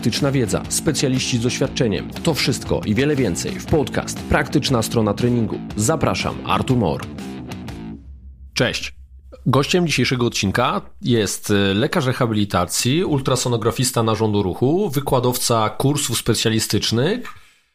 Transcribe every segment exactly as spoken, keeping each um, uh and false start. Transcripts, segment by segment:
praktyczna wiedza, specjaliści z doświadczeniem. To wszystko i wiele więcej w podcast Praktyczna Strona Treningu. Zapraszam, Artur Mor. Cześć. Gościem dzisiejszego odcinka jest lekarz rehabilitacji, ultrasonografista narządu ruchu, wykładowca kursów specjalistycznych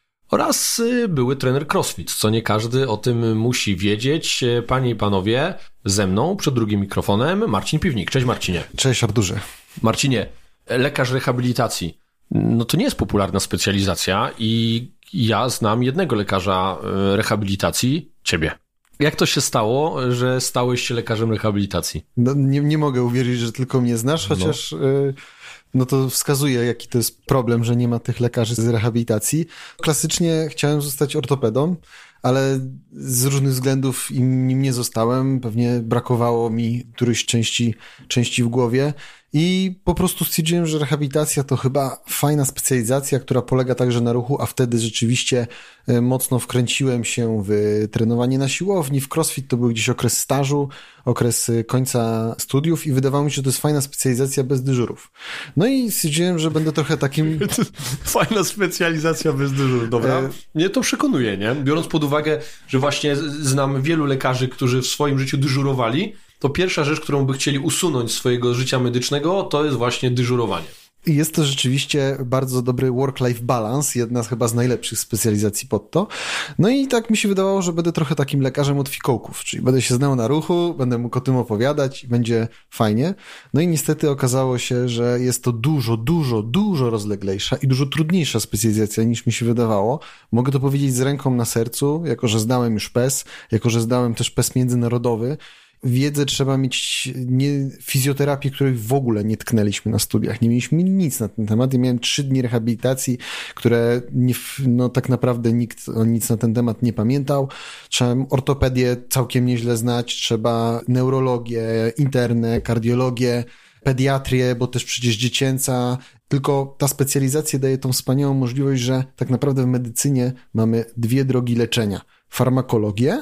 oraz były trener CrossFit, co nie każdy o tym musi wiedzieć. Panie i panowie, ze mną przed drugim mikrofonem Marcin Piwnik. Cześć Marcinie. Cześć Arturze. Marcinie, lekarz rehabilitacji, no to nie jest popularna specjalizacja i ja znam jednego lekarza rehabilitacji, ciebie. Jak to się stało, że stałeś się lekarzem rehabilitacji? No, nie, nie mogę uwierzyć, że tylko mnie znasz, chociaż no. Y, no to wskazuje, jaki to jest problem, że nie ma tych lekarzy z rehabilitacji. Klasycznie chciałem zostać ortopedą, ale z różnych względów nim nie zostałem. Pewnie brakowało mi którejś części, części w głowie i po prostu stwierdziłem, że rehabilitacja to chyba fajna specjalizacja, która polega także na ruchu, a wtedy rzeczywiście mocno wkręciłem się w trenowanie na siłowni. W CrossFit to był gdzieś okres stażu, okres końca studiów i wydawało mi się, że to jest fajna specjalizacja bez dyżurów. No i stwierdziłem, że będę trochę takim... Fajna specjalizacja bez dyżurów, dobra. E... Mnie to przekonuje, nie? Biorąc pod uwagę, że właśnie znam wielu lekarzy, którzy w swoim życiu dyżurowali, to pierwsza rzecz, którą by chcieli usunąć z swojego życia medycznego, to jest właśnie dyżurowanie. Jest to rzeczywiście bardzo dobry work-life balance, jedna z chyba z najlepszych specjalizacji pod to. No i tak mi się wydawało, że będę trochę takim lekarzem od fikołków, czyli będę się znał na ruchu, będę mógł o tym opowiadać i będzie fajnie. No i niestety okazało się, że jest to dużo, dużo, dużo rozleglejsza i dużo trudniejsza specjalizacja niż mi się wydawało. Mogę to powiedzieć z ręką na sercu, jako że zdałem już P E S, jako że zdałem też P E S międzynarodowy. Wiedzę trzeba mieć, nie fizjoterapię, której w ogóle nie tknęliśmy na studiach. Nie mieliśmy nic na ten temat. Ja miałem trzy dni rehabilitacji, które nie, no tak naprawdę nikt o nic na ten temat nie pamiętał. Trzeba ortopedię całkiem nieźle znać, trzeba neurologię, internę, kardiologię, pediatrię, bo też przecież dziecięca. Tylko ta specjalizacja daje tą wspaniałą możliwość, że tak naprawdę w medycynie mamy dwie drogi leczenia. Farmakologię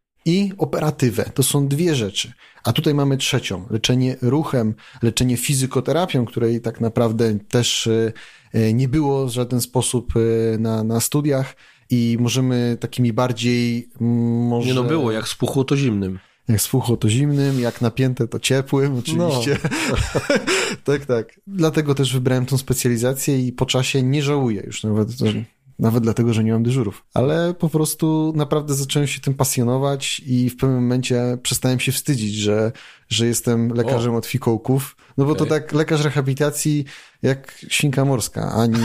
i operatywę. To są dwie rzeczy. A tutaj mamy trzecią. Leczenie ruchem, leczenie fizykoterapią, której tak naprawdę też nie było w żaden sposób na, na studiach i możemy takimi bardziej... Może... Nie no było, jak z puchło to zimnym. Jak z puchło to zimnym, jak napięte to ciepłym, oczywiście. No. tak, tak. Dlatego też wybrałem tą specjalizację i po czasie nie żałuję już nawet... Nawet dlatego, że nie mam dyżurów. Ale po prostu naprawdę zacząłem się tym pasjonować i w pewnym momencie przestałem się wstydzić, że, że jestem lekarzem o. od fikołków. No bo okay. to tak lekarz rehabilitacji jak świnka morska. Ani,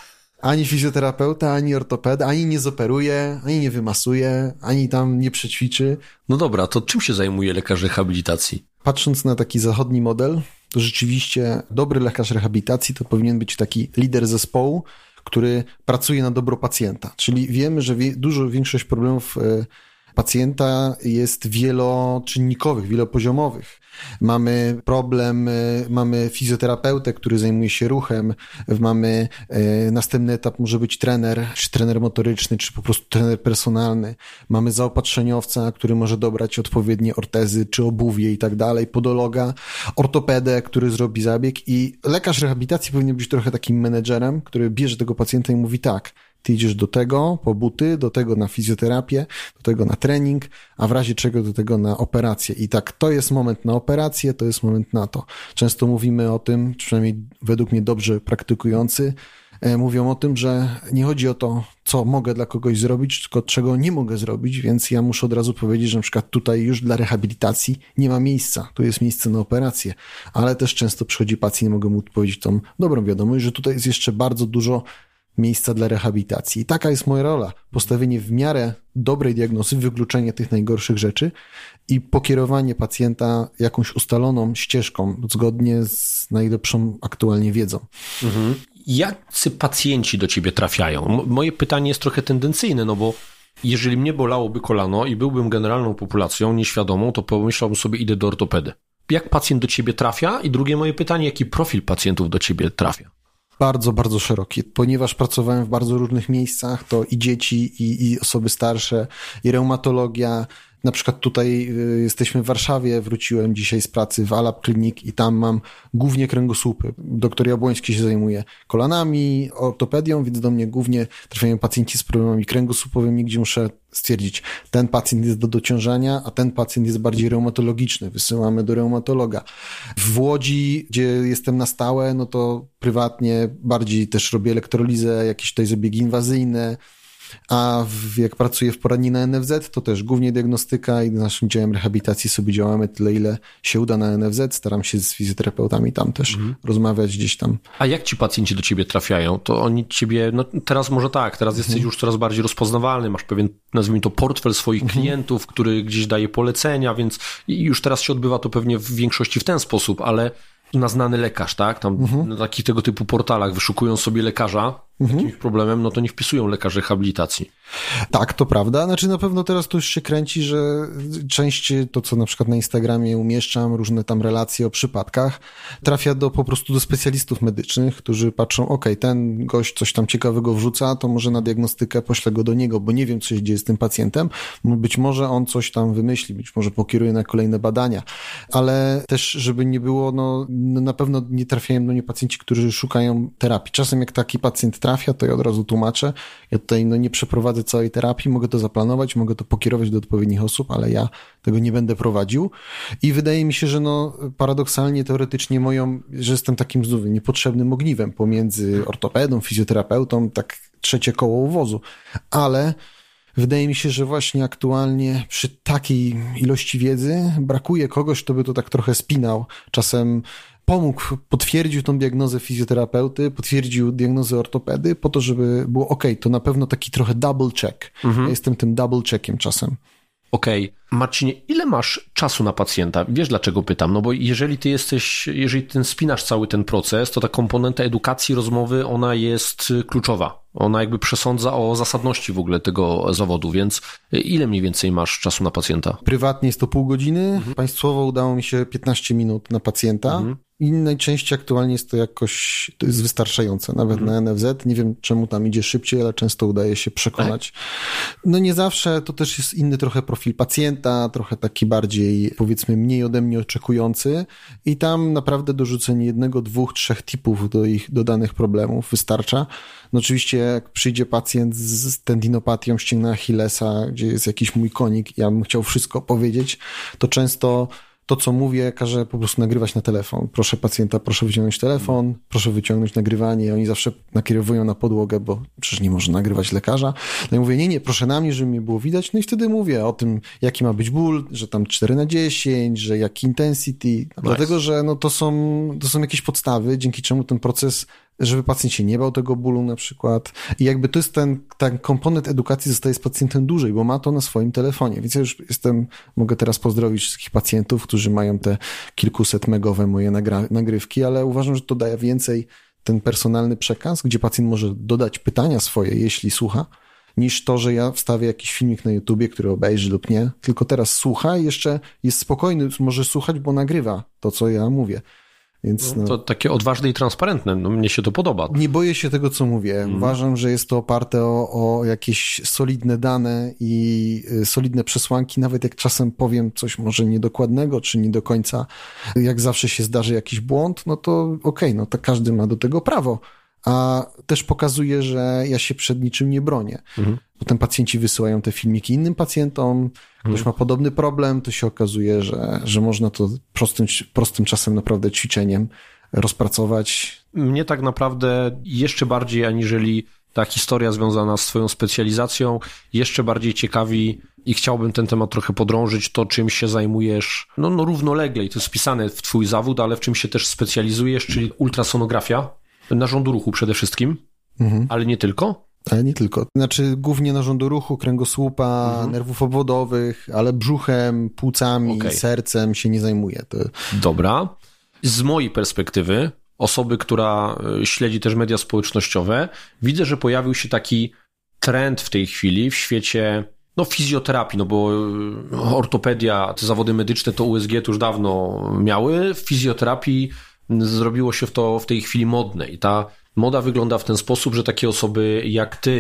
ani fizjoterapeuta, ani ortopeda, ani nie zoperuje, ani nie wymasuje, ani tam nie przećwiczy. No dobra, to czym się zajmuje lekarz rehabilitacji? Patrząc na taki zachodni model, to rzeczywiście dobry lekarz rehabilitacji to powinien być taki lider zespołu, który pracuje na dobro pacjenta. Czyli wiemy, że wie, dużo większość problemów pacjenta jest wieloczynnikowych, wielopoziomowych. Mamy problem, mamy fizjoterapeutę, który zajmuje się ruchem, mamy e, następny etap może być trener, czy trener motoryczny, czy po prostu trener personalny. Mamy zaopatrzeniowca, który może dobrać odpowiednie ortezy, czy obuwie i tak dalej, podologa, ortopedę, który zrobi zabieg i lekarz rehabilitacji powinien być trochę takim menedżerem, który bierze tego pacjenta i mówi tak, ty idziesz do tego po buty, do tego na fizjoterapię, do tego na trening, a w razie czego do tego na operację. I tak, to jest moment na operację, to jest moment na to. Często mówimy o tym, przynajmniej według mnie dobrze praktykujący, e, mówią o tym, że nie chodzi o to, co mogę dla kogoś zrobić, tylko czego nie mogę zrobić, więc ja muszę od razu powiedzieć, że na przykład tutaj już dla rehabilitacji nie ma miejsca. Tu jest miejsce na operację, ale też często przychodzi pacjent i mogę mu powiedzieć tą dobrą wiadomość, że tutaj jest jeszcze bardzo dużo miejsca dla rehabilitacji. I taka jest moja rola. Postawienie w miarę dobrej diagnozy, wykluczenie tych najgorszych rzeczy i pokierowanie pacjenta jakąś ustaloną ścieżką, zgodnie z najlepszą aktualnie wiedzą. Mhm. Jacy pacjenci do ciebie trafiają? M- moje pytanie jest trochę tendencyjne, no bo jeżeli mnie bolałoby kolano i byłbym generalną populacją nieświadomą, to pomyślałbym sobie, idę do ortopedy. Jak pacjent do ciebie trafia? I drugie moje pytanie, jaki profil pacjentów do ciebie trafia? Bardzo, bardzo szeroki. Ponieważ pracowałem w bardzo różnych miejscach, to i dzieci, i, i osoby starsze, i reumatologia, na przykład tutaj y, jesteśmy w Warszawie, wróciłem dzisiaj z pracy w Alap Clinic i tam mam głównie kręgosłupy. Doktor Jabłoński się zajmuje kolanami, ortopedią, więc do mnie głównie trafiają pacjenci z problemami kręgosłupowymi, gdzie muszę stwierdzić, ten pacjent jest do dociążania, a ten pacjent jest bardziej reumatologiczny. Wysyłamy do reumatologa. W Łodzi, gdzie jestem na stałe, no to prywatnie bardziej też robię elektrolizę, jakieś tutaj zabiegi inwazyjne, a w, jak pracuję w poradni na N F Z, to też głównie diagnostyka i naszym działem rehabilitacji sobie działamy tyle, ile się uda na N F Z. Staram się z fizjoterapeutami tam też mhm. rozmawiać gdzieś tam. A jak ci pacjenci do ciebie trafiają? To oni ciebie, no teraz może tak, teraz jesteś mhm. już coraz bardziej rozpoznawalny, masz pewien, nazwijmy to, portfel swoich mhm. klientów, który gdzieś daje polecenia, więc już teraz się odbywa to pewnie w większości w ten sposób, ale na znany lekarz, tak? Tam mhm. na takich tego typu portalach wyszukują sobie lekarza z mhm. jakimś problemem, no to nie wpisują lekarz rehabilitacji. Tak, to prawda. Znaczy na pewno teraz to już się kręci, że część to, co na przykład na Instagramie umieszczam, różne tam relacje o przypadkach, trafia do po prostu do specjalistów medycznych, którzy patrzą, ok, ten gość coś tam ciekawego wrzuca, to może na diagnostykę poślę go do niego, bo nie wiem, co się dzieje z tym pacjentem. Być może on coś tam wymyśli, być może pokieruje na kolejne badania, ale też, żeby nie było, no na pewno nie trafiają do mnie pacjenci, którzy szukają terapii. Czasem jak taki pacjent trafia, to ja od razu tłumaczę. Ja tutaj no, nie przeprowadzę całej terapii, mogę to zaplanować, mogę to pokierować do odpowiednich osób, ale ja tego nie będę prowadził. I wydaje mi się, że no paradoksalnie, teoretycznie moją, że jestem takim znów niepotrzebnym ogniwem pomiędzy ortopedą, fizjoterapeutą, tak trzecie koło uwozu. Ale wydaje mi się, że właśnie aktualnie przy takiej ilości wiedzy brakuje kogoś, kto by to tak trochę spinał. Czasem pomógł, potwierdził tą diagnozę fizjoterapeuty, potwierdził diagnozę ortopedy po to, żeby było ok, to na pewno taki trochę double check. Mhm. Ja jestem tym double checkiem czasem. Okej. Okay. Marcinie, ile masz czasu na pacjenta? Wiesz, dlaczego pytam? No bo jeżeli ty jesteś, jeżeli ty spinasz cały ten proces, to ta komponenta edukacji, rozmowy, ona jest kluczowa. Ona jakby przesądza o zasadności w ogóle tego zawodu, więc ile mniej więcej masz czasu na pacjenta? Prywatnie jest to pół godziny, mhm. państwowo udało mi się piętnaście minut na pacjenta. Mhm. I najczęściej aktualnie jest to jakoś, to jest wystarczające, nawet mhm. na N F Z. Nie wiem, czemu tam idzie szybciej, ale często udaje się przekonać. No nie zawsze, to też jest inny trochę profil pacjenta, trochę taki bardziej, powiedzmy, mniej ode mnie oczekujący i tam naprawdę dorzucenie jednego, dwóch, trzech tipów do ich, do danych problemów wystarcza. No oczywiście jak przyjdzie pacjent z tendinopatią ścięgna Achillesa, gdzie jest jakiś mój konik, ja bym chciał wszystko powiedzieć, to często to, co mówię, każę po prostu nagrywać na telefon. Proszę pacjenta, proszę wyciągnąć telefon, proszę wyciągnąć nagrywanie. Oni zawsze nakierowują na podłogę, bo przecież nie może nagrywać lekarza. No i mówię, nie, nie, proszę na mnie, żeby mnie było widać. No i wtedy mówię o tym, jaki ma być ból, że tam cztery na dziesięć, że jaki intensity. Nice. Dlatego, że no to są, to są jakieś podstawy, dzięki czemu ten proces, żeby pacjent się nie bał tego bólu na przykład. I jakby to jest ten, ten komponent edukacji zostaje z pacjentem dłużej, bo ma to na swoim telefonie. Więc ja już jestem, mogę teraz pozdrowić wszystkich pacjentów, którzy mają te kilkuset megowe moje nagra- nagrywki, ale uważam, że to daje więcej ten personalny przekaz, gdzie pacjent może dodać pytania swoje, jeśli słucha, niż to, że ja wstawię jakiś filmik na YouTubie, który obejrzy lub nie. Tylko teraz słucha i jeszcze jest spokojny, może słuchać, bo nagrywa to, co ja mówię. Więc, no, to no, takie odważne i transparentne, no mnie się to podoba. Nie boję się tego, co mówię. Mm. Uważam, że jest to oparte o, o jakieś solidne dane i solidne przesłanki, nawet jak czasem powiem coś może niedokładnego, czy nie do końca, jak zawsze się zdarzy jakiś błąd, no to okej, okay, no to każdy ma do tego prawo. A też pokazuje, że ja się przed niczym nie bronię. Mhm. Potem pacjenci wysyłają te filmiki innym pacjentom, ktoś mhm. ma podobny problem, to się okazuje, że, że można to prostym, prostym czasem naprawdę ćwiczeniem rozpracować. Mnie tak naprawdę jeszcze bardziej aniżeli ta historia związana z twoją specjalizacją, jeszcze bardziej ciekawi i chciałbym ten temat trochę podrążyć, to czym się zajmujesz, no, no równolegle i to jest wpisane w twój zawód, ale w czym się też specjalizujesz, czyli ultrasonografia. Narządu ruchu przede wszystkim, mhm. ale nie tylko? Ale nie tylko. Znaczy głównie narządu ruchu, kręgosłupa, mhm. nerwów obwodowych, ale brzuchem, płucami, okay. sercem się nie zajmuję. To... Dobra. Z mojej perspektywy, osoby, która śledzi też media społecznościowe, widzę, że pojawił się taki trend w tej chwili w świecie no fizjoterapii, no bo ortopedia, te zawody medyczne to U S G to już dawno miały, w fizjoterapii zrobiło się w to w tej chwili modne i ta moda wygląda w ten sposób, że takie osoby jak ty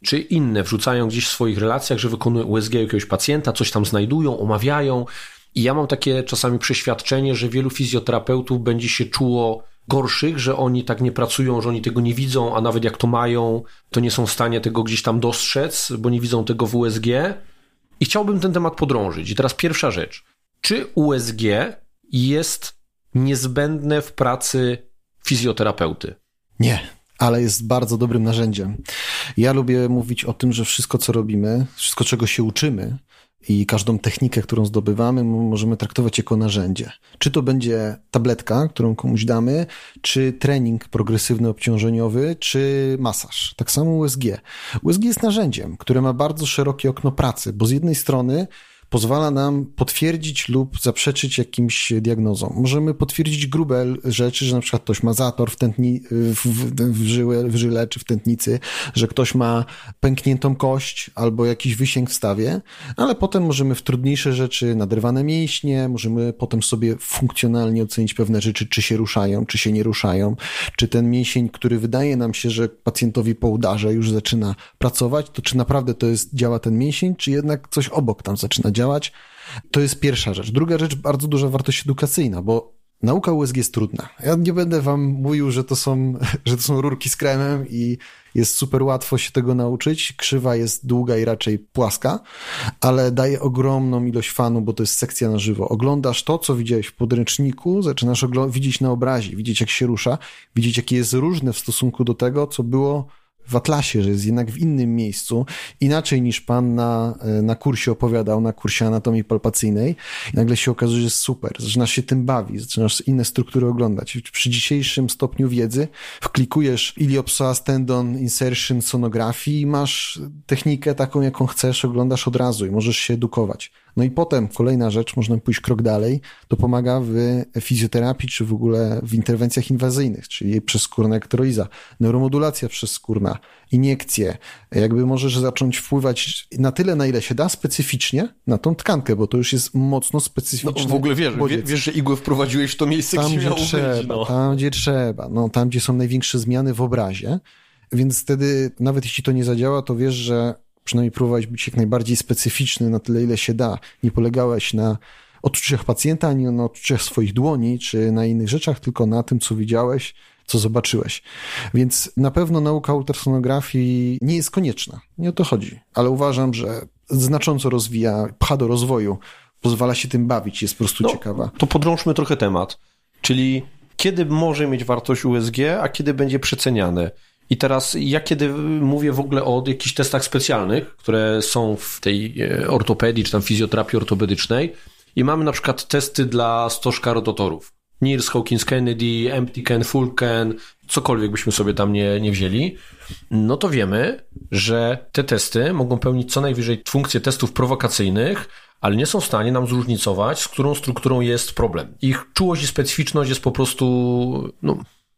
czy inne wrzucają gdzieś w swoich relacjach, że wykonują U S G jakiegoś pacjenta, coś tam znajdują, omawiają i ja mam takie czasami przeświadczenie, że wielu fizjoterapeutów będzie się czuło gorszych, że oni tak nie pracują, że oni tego nie widzą, a nawet jak to mają, to nie są w stanie tego gdzieś tam dostrzec, bo nie widzą tego w U S G. I chciałbym ten temat podrążyć. I teraz pierwsza rzecz. Czy U S G jest niezbędne w pracy fizjoterapeuty? Nie, ale jest bardzo dobrym narzędziem. Ja lubię mówić o tym, że wszystko, co robimy, wszystko, czego się uczymy i każdą technikę, którą zdobywamy, możemy traktować jako narzędzie. Czy to będzie tabletka, którą komuś damy, czy trening progresywny, obciążeniowy, czy masaż. Tak samo U S G. U S G jest narzędziem, które ma bardzo szerokie okno pracy, bo z jednej strony pozwala nam potwierdzić lub zaprzeczyć jakimś diagnozom. Możemy potwierdzić grube rzeczy, że na przykład ktoś ma zator w, tętni, w, w, w, żyłę, w żyle czy w tętnicy, że ktoś ma pękniętą kość albo jakiś wysięg w stawie, ale potem możemy w trudniejsze rzeczy, naderwane mięśnie, możemy potem sobie funkcjonalnie ocenić pewne rzeczy, czy się ruszają, czy się nie ruszają, czy ten mięsień, który wydaje nam się, że pacjentowi po udarze już zaczyna pracować, to czy naprawdę to jest, działa ten mięsień, czy jednak coś obok tam zaczyna działać. działać. To jest pierwsza rzecz. Druga rzecz, bardzo duża wartość edukacyjna, bo nauka U S G jest trudna. Ja nie będę wam mówił, że to są, że to są rurki z kremem i jest super łatwo się tego nauczyć. Krzywa jest długa i raczej płaska, ale daje ogromną ilość fanu, bo to jest sekcja na żywo. Oglądasz to, co widziałeś w podręczniku, zaczynasz ogl- widzieć na obrazie, widzieć jak się rusza, widzieć jakie jest różne w stosunku do tego, co było w atlasie, że jest jednak w innym miejscu, inaczej niż pan na, na kursie opowiadał, na kursie anatomii palpacyjnej i nagle się okazuje, że jest super, zaczynasz się tym bawić, zaczynasz inne struktury oglądać. Przy dzisiejszym stopniu wiedzy wklikujesz iliopsoas tendon insertion sonografii i masz technikę taką, jaką chcesz, oglądasz od razu i możesz się edukować. No i potem kolejna rzecz, można pójść krok dalej, to pomaga w fizjoterapii, czy w ogóle w interwencjach inwazyjnych, czyli przezskórna elektroliza, neuromodulacja przezskórna, iniekcje. Jakby możesz zacząć wpływać na tyle, na ile się da, specyficznie na tą tkankę, bo to już jest mocno specyficzne. No w ogóle wiesz, wie, wiesz, że igłę wprowadziłeś w to miejsce, tam, gdzie gdzie miało trzeba, być. No. Tam, gdzie trzeba, no, tam, gdzie są największe zmiany w obrazie, więc wtedy nawet jeśli to nie zadziała, to wiesz, że przynajmniej próbowałeś być jak najbardziej specyficzny na tyle, ile się da. Nie polegałeś na odczuciach pacjenta, ani na odczuciach swoich dłoni, czy na innych rzeczach, tylko na tym, co widziałeś, co zobaczyłeś. Więc na pewno nauka ultrasonografii nie jest konieczna. Nie o to chodzi. Ale uważam, że znacząco rozwija, pcha do rozwoju, pozwala się tym bawić, jest po prostu no, ciekawa. To podrążmy trochę temat. Czyli kiedy może mieć wartość U S G, a kiedy będzie przeceniane? I teraz ja kiedy mówię w ogóle o jakichś testach specjalnych, które są w tej ortopedii, czy tam fizjoterapii ortopedycznej i mamy na przykład testy dla stożka rotatorów. N I R S, Hawkins Kennedy, Empty Can, Full Can, cokolwiek byśmy sobie tam nie, nie wzięli, no to wiemy, że te testy mogą pełnić co najwyżej funkcje testów prowokacyjnych, ale nie są w stanie nam zróżnicować, z którą strukturą jest problem. Ich czułość i specyficzność jest po prostu, no,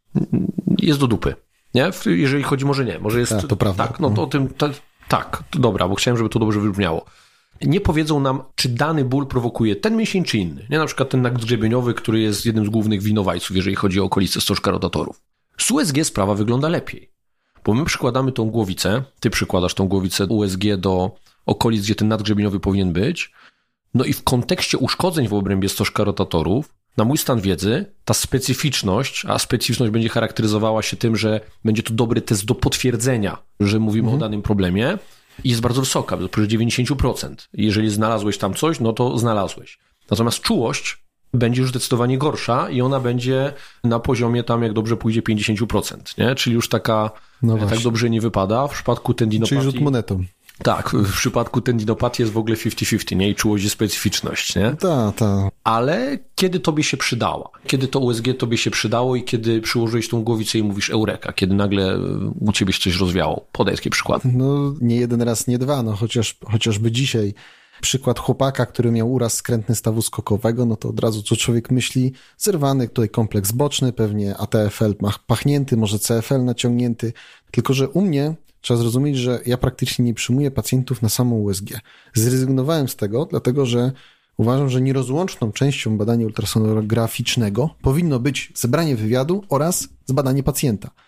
jest do dupy. Nie? Jeżeli chodzi, może nie, może jest... Tak, to prawda. Tak, no to o tym, ta, tak, to dobra, bo chciałem, żeby to dobrze wybrzmiało. Nie powiedzą nam, czy dany ból prowokuje ten mięsień, czy inny. Nie, na przykład ten nadgrzebieniowy, który jest jednym z głównych winowajców, jeżeli chodzi o okolice stożka rotatorów. Z U S G sprawa wygląda lepiej, bo my przykładamy tą głowicę, ty przykładasz tą głowicę U S G do okolic, gdzie ten nadgrzebieniowy powinien być, no i w kontekście uszkodzeń w obrębie stożka rotatorów, na mój stan wiedzy, ta specyficzność, a specyficzność będzie charakteryzowała się tym, że będzie to dobry test do potwierdzenia, że mówimy mhm. o danym problemie, jest bardzo wysoka, poniżej dziewięćdziesiąt procent. Jeżeli znalazłeś tam coś, no to znalazłeś. Natomiast czułość będzie już zdecydowanie gorsza i ona będzie na poziomie tam, jak dobrze pójdzie, pięćdziesiąt procent, nie? Czyli już taka, no tak dobrze nie wypada. W przypadku tendinopatii... Czyli rzut monetą. Tak, w przypadku tendinopatii jest w ogóle pięćdziesiąt pięćdziesiąt, nie? I czułość i specyficzność, nie? Tak, tak. Ale kiedy tobie się przydała? Kiedy to U S G tobie się przydało i kiedy przyłożyłeś tą głowicę i mówisz eureka? Kiedy nagle u ciebie się coś rozwiało? Podaj taki przykład. No nie jeden raz, nie dwa, no chociaż, chociażby dzisiaj. Przykład chłopaka, który miał uraz skrętny stawu skokowego, no to od razu co człowiek myśli, zerwany tutaj kompleks boczny, pewnie A T F L pachnięty, może C F L naciągnięty, tylko że u mnie trzeba zrozumieć, że ja praktycznie nie przyjmuję pacjentów na samą U S G. Zrezygnowałem z tego, dlatego że uważam, że nierozłączną częścią badania ultrasonograficznego powinno być zebranie wywiadu oraz zbadanie pacjenta.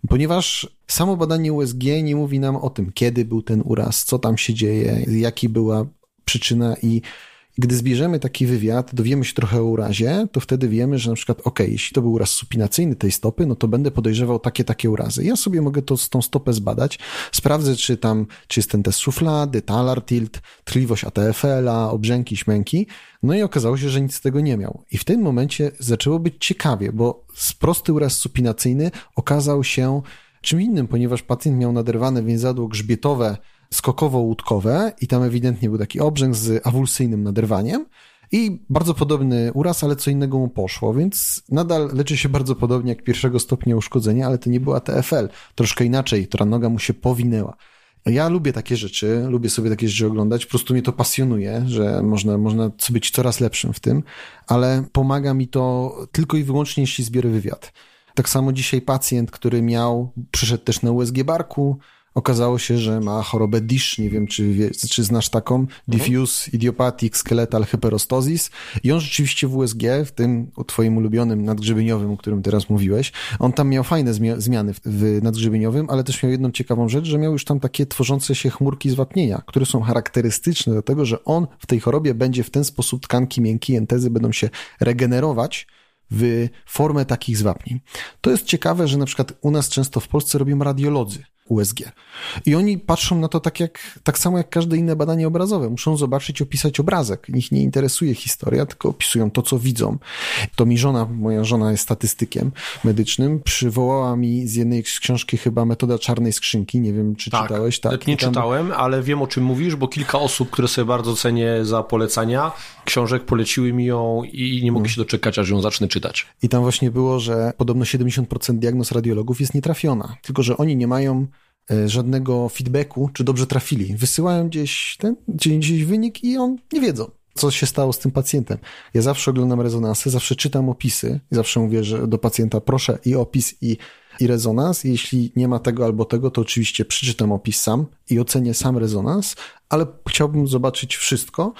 ponieważ samo badanie U S G nie mówi nam o tym, kiedy był ten uraz, co tam się dzieje, jaki była przyczyna i gdy zbierzemy taki wywiad, dowiemy się trochę o urazie, to wtedy wiemy, że na przykład, ok, jeśli to był uraz supinacyjny tej stopy, no to będę podejrzewał takie, takie urazy. Ja sobie mogę to, tą stopę zbadać, sprawdzę, czy tam, czy jest ten test szuflady, talar tilt, tliwość A T F L-a, obrzęki, śmęki, no i okazało się, że nic z tego nie miał. I w tym momencie zaczęło być ciekawie, bo prosty uraz supinacyjny okazał się czym innym, ponieważ pacjent miał naderwane więzadło grzbietowe skokowo-łódkowe i tam ewidentnie był taki obrzęk z awulsyjnym naderwaniem i bardzo podobny uraz, ale co innego mu poszło, więc nadal leczy się bardzo podobnie jak pierwszego stopnia uszkodzenia, ale to nie było A T F L. Troszkę inaczej, która noga mu się powinęła. Ja lubię takie rzeczy, lubię sobie takie rzeczy oglądać, po prostu mnie to pasjonuje, że można, można być coraz lepszym w tym, ale pomaga mi to tylko i wyłącznie, jeśli zbiorę wywiad. Tak samo dzisiaj pacjent, który miał, przyszedł też na U S G barku, okazało się, że ma chorobę D I S H, nie wiem, czy, wie, czy znasz taką, Diffuse Idiopathic Skeletal Hyperostosis i on rzeczywiście w U S G, w tym twoim ulubionym nadgrzebieniowym, o którym teraz mówiłeś, on tam miał fajne zmia- zmiany w, w nadgrzebieniowym, ale też miał jedną ciekawą rzecz, że miał już tam takie tworzące się chmurki z wapnienia, które są charakterystyczne do tego, że on w tej chorobie będzie w ten sposób, tkanki miękkie, entezy będą się regenerować w formę takich zwapnień. To jest ciekawe, że na przykład u nas często w Polsce robią radiolodzy U S G. I oni patrzą na to tak, jak, tak samo jak każde inne badanie obrazowe. Muszą zobaczyć, opisać obrazek. Ich nie interesuje historia, tylko opisują to, co widzą. To mi żona, moja żona jest statystykiem medycznym, przywołała mi z jednej książki chyba Metoda czarnej skrzynki. Nie wiem, czy tak, czytałeś. Tak, nie tam... czytałem, ale wiem, o czym mówisz, bo kilka osób, które sobie bardzo cenię za polecania książek, poleciły mi ją i nie mogę się doczekać, aż ją zacznę czytać. I tam właśnie było, że podobno siedemdziesiąt procent diagnoz radiologów jest nietrafiona, tylko że oni nie mają żadnego feedbacku, czy dobrze trafili. Wysyłają gdzieś ten, gdzieś wynik i on nie wiedzą, co się stało z tym pacjentem. Ja zawsze oglądam rezonansy, zawsze czytam opisy i zawsze mówię, że do pacjenta proszę i opis, i, i rezonans. Jeśli nie ma tego albo tego, to oczywiście przeczytam opis sam i ocenię sam rezonans, ale chciałbym zobaczyć wszystko,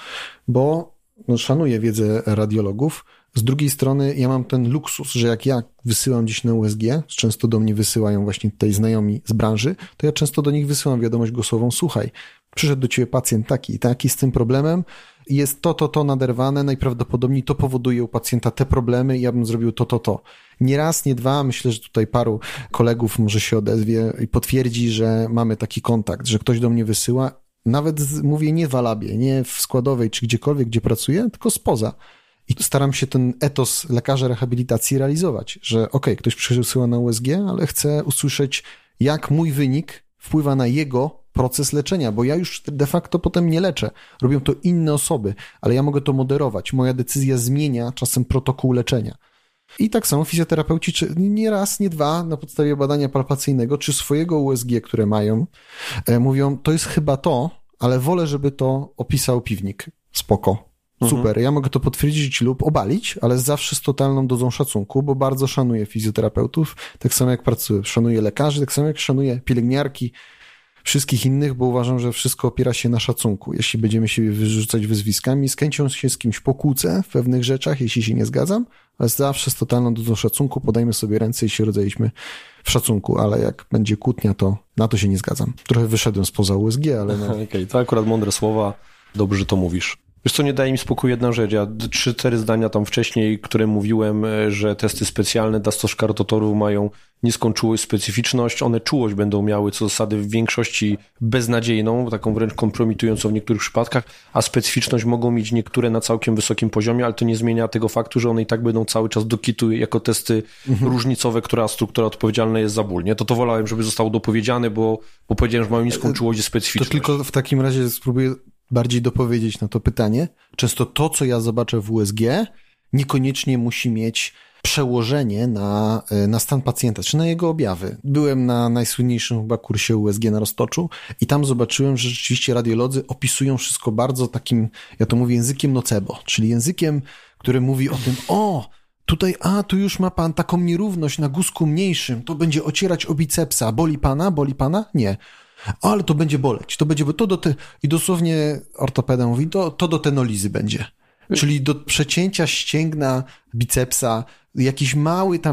bo no, szanuję wiedzę radiologów. Z drugiej strony ja mam ten luksus, że jak ja wysyłam gdzieś na U S G, często do mnie wysyłają właśnie tutaj znajomi z branży, to ja często do nich wysyłam wiadomość głosową, słuchaj, przyszedł do ciebie pacjent taki i taki z tym problemem, jest to, to, to naderwane, najprawdopodobniej to powoduje u pacjenta te problemy i ja bym zrobił to, to, to. Nie raz, nie dwa, myślę, że tutaj paru kolegów może się odezwie i potwierdzi, że mamy taki kontakt, że ktoś do mnie wysyła, nawet z, mówię nie w Alabie, nie w składowej czy gdziekolwiek, gdzie pracuję, tylko spoza. I staram się ten etos lekarza rehabilitacji realizować, że okej, okay, ktoś przysyła na U S G, ale chcę usłyszeć, jak mój wynik wpływa na jego proces leczenia, bo ja już de facto potem nie leczę. Robią to inne osoby, ale ja mogę to moderować. Moja decyzja zmienia czasem protokół leczenia. I tak samo fizjoterapeuci, czy nie raz, nie dwa, na podstawie badania palpacyjnego, czy swojego U S G, które mają, e, mówią, to jest chyba to, ale wolę, żeby to opisał piwnik. Spoko. Super, ja mogę to potwierdzić lub obalić, ale zawsze z totalną dozą szacunku, bo bardzo szanuję fizjoterapeutów, tak samo jak pracuję, szanuję lekarzy, tak samo jak szanuję pielęgniarki, wszystkich innych, bo uważam, że wszystko opiera się na szacunku. Jeśli będziemy się wyrzucać wyzwiskami, z chęcią się z kimś pokłócę w pewnych rzeczach, jeśli się nie zgadzam, ale zawsze z totalną dozą szacunku podajmy sobie ręce i się rodzaliśmy w szacunku, ale jak będzie kłótnia, to na to się nie zgadzam. Trochę wyszedłem spoza U S G, ale no. Okej, okay, to akurat mądre słowa, dobrze, że to mówisz. Wiesz co, nie daje mi spokoju jedna rzecz. Ja trzy, cztery zdania tam wcześniej, które mówiłem, że testy specjalne dla stożkarotoru mają niską czułość, specyficzność. One czułość będą miały co do zasady w większości beznadziejną, taką wręcz kompromitującą w niektórych przypadkach, a specyficzność mogą mieć niektóre na całkiem wysokim poziomie, ale to nie zmienia tego faktu, że one i tak będą cały czas do kitu jako testy mhm. różnicowe, która struktura odpowiedzialna jest za ból. Nie? To to wolałem, żeby zostało dopowiedziane, bo, bo powiedziałem, że mają niską czułość i specyficzność. To tylko w takim razie spróbuję bardziej dopowiedzieć na to pytanie. Często to, co ja zobaczę w U S G, niekoniecznie musi mieć przełożenie na, na stan pacjenta, czy na jego objawy. Byłem na najsłynniejszym chyba kursie U S G na Roztoczu i tam zobaczyłem, że rzeczywiście radiolodzy opisują wszystko bardzo takim, ja to mówię, językiem nocebo, czyli językiem, który mówi o tym, o, tutaj, a, tu już ma pan taką nierówność na guzku mniejszym, to będzie ocierać o bicepsa. Boli pana? Boli pana? Nie. Ale to będzie boleć, to będzie, bo to do te... I dosłownie ortopeda mówi, to, to do tenolizy będzie. Czyli do przecięcia ścięgna, bicepsa, jakiś mały tam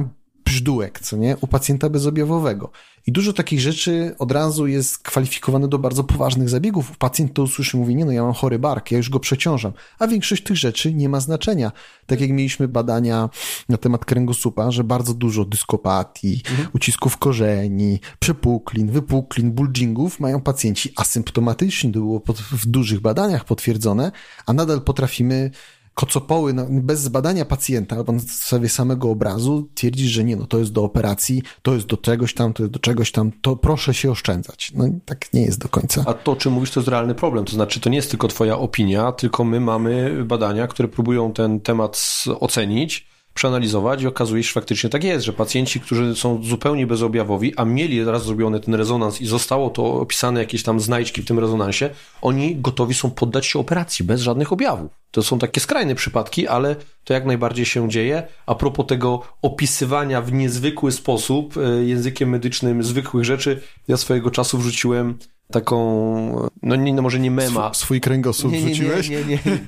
brzdółek, co nie? U pacjenta bezobjawowego. I dużo takich rzeczy od razu jest kwalifikowane do bardzo poważnych zabiegów. Pacjent to usłyszy, mówi, nie no, ja mam chory bark, ja już go przeciążam. A większość tych rzeczy nie ma znaczenia. Tak jak mieliśmy badania na temat kręgosłupa, że bardzo dużo dyskopatii, mhm. ucisków korzeni, przepuklin, wypuklin, bulgingów mają pacjenci asymptomatyczni. To było pod, w dużych badaniach potwierdzone, a nadal potrafimy kocopoły, no, bez zbadania pacjenta albo na podstawie samego obrazu twierdzić, że nie, no to jest do operacji, to jest do czegoś tam, to jest do czegoś tam, to proszę się oszczędzać. No tak nie jest do końca. A to, o czym mówisz, to jest realny problem. To znaczy, to nie jest tylko twoja opinia, tylko my mamy badania, które próbują ten temat ocenić, przeanalizować i okazuje się, że faktycznie tak jest, że pacjenci, którzy są zupełnie bezobjawowi, a mieli raz zrobiony ten rezonans i zostało to opisane, jakieś tam znajdźki w tym rezonansie, oni gotowi są poddać się operacji bez żadnych objawów. To są takie skrajne przypadki, ale to jak najbardziej się dzieje. A propos tego opisywania w niezwykły sposób językiem medycznym zwykłych rzeczy, ja swojego czasu wrzuciłem taką, no, nie, no może nie mema. Sw- swój kręgosłup nie, nie, wrzuciłeś? Nie, nie, nie. nie.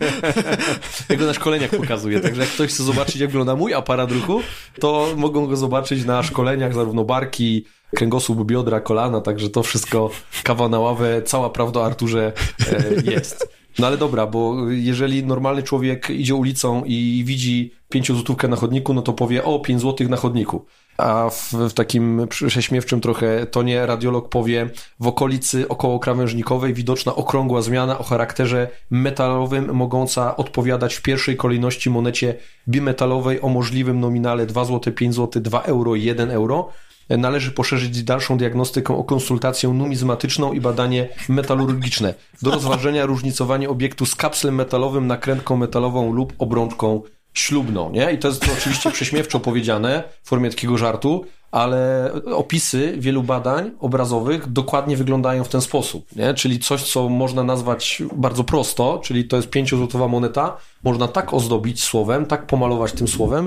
Ja go na szkoleniach pokazuję, także jak ktoś chce zobaczyć, jak wygląda mój aparat ruchu, to mogą go zobaczyć na szkoleniach, zarówno barki, kręgosłup, biodra, kolana, także to wszystko, kawa na ławę, cała prawda o Arturze jest. No ale dobra, bo jeżeli normalny człowiek idzie ulicą i widzi pięciozłotówkę na chodniku, no to powie, o, pięć złotych na chodniku. A w, w takim prześmiewczym trochę tonie radiolog powie, w okolicy okołokrawężnikowej widoczna okrągła zmiana o charakterze metalowym, mogąca odpowiadać w pierwszej kolejności monecie bimetalowej o możliwym nominale dwa złote, pięć złotych, dwa euro i jeden euro. Należy poszerzyć dalszą diagnostykę o konsultację numizmatyczną i badanie metalurgiczne. Do rozważenia różnicowanie obiektu z kapslem metalowym, nakrętką metalową lub obrączką ślubną, nie? I to jest oczywiście prześmiewczo powiedziane w formie takiego żartu, ale opisy wielu badań obrazowych dokładnie wyglądają w ten sposób, nie? Czyli coś, co można nazwać bardzo prosto, czyli to jest pięciozłotowa moneta, można tak ozdobić słowem, tak pomalować tym słowem,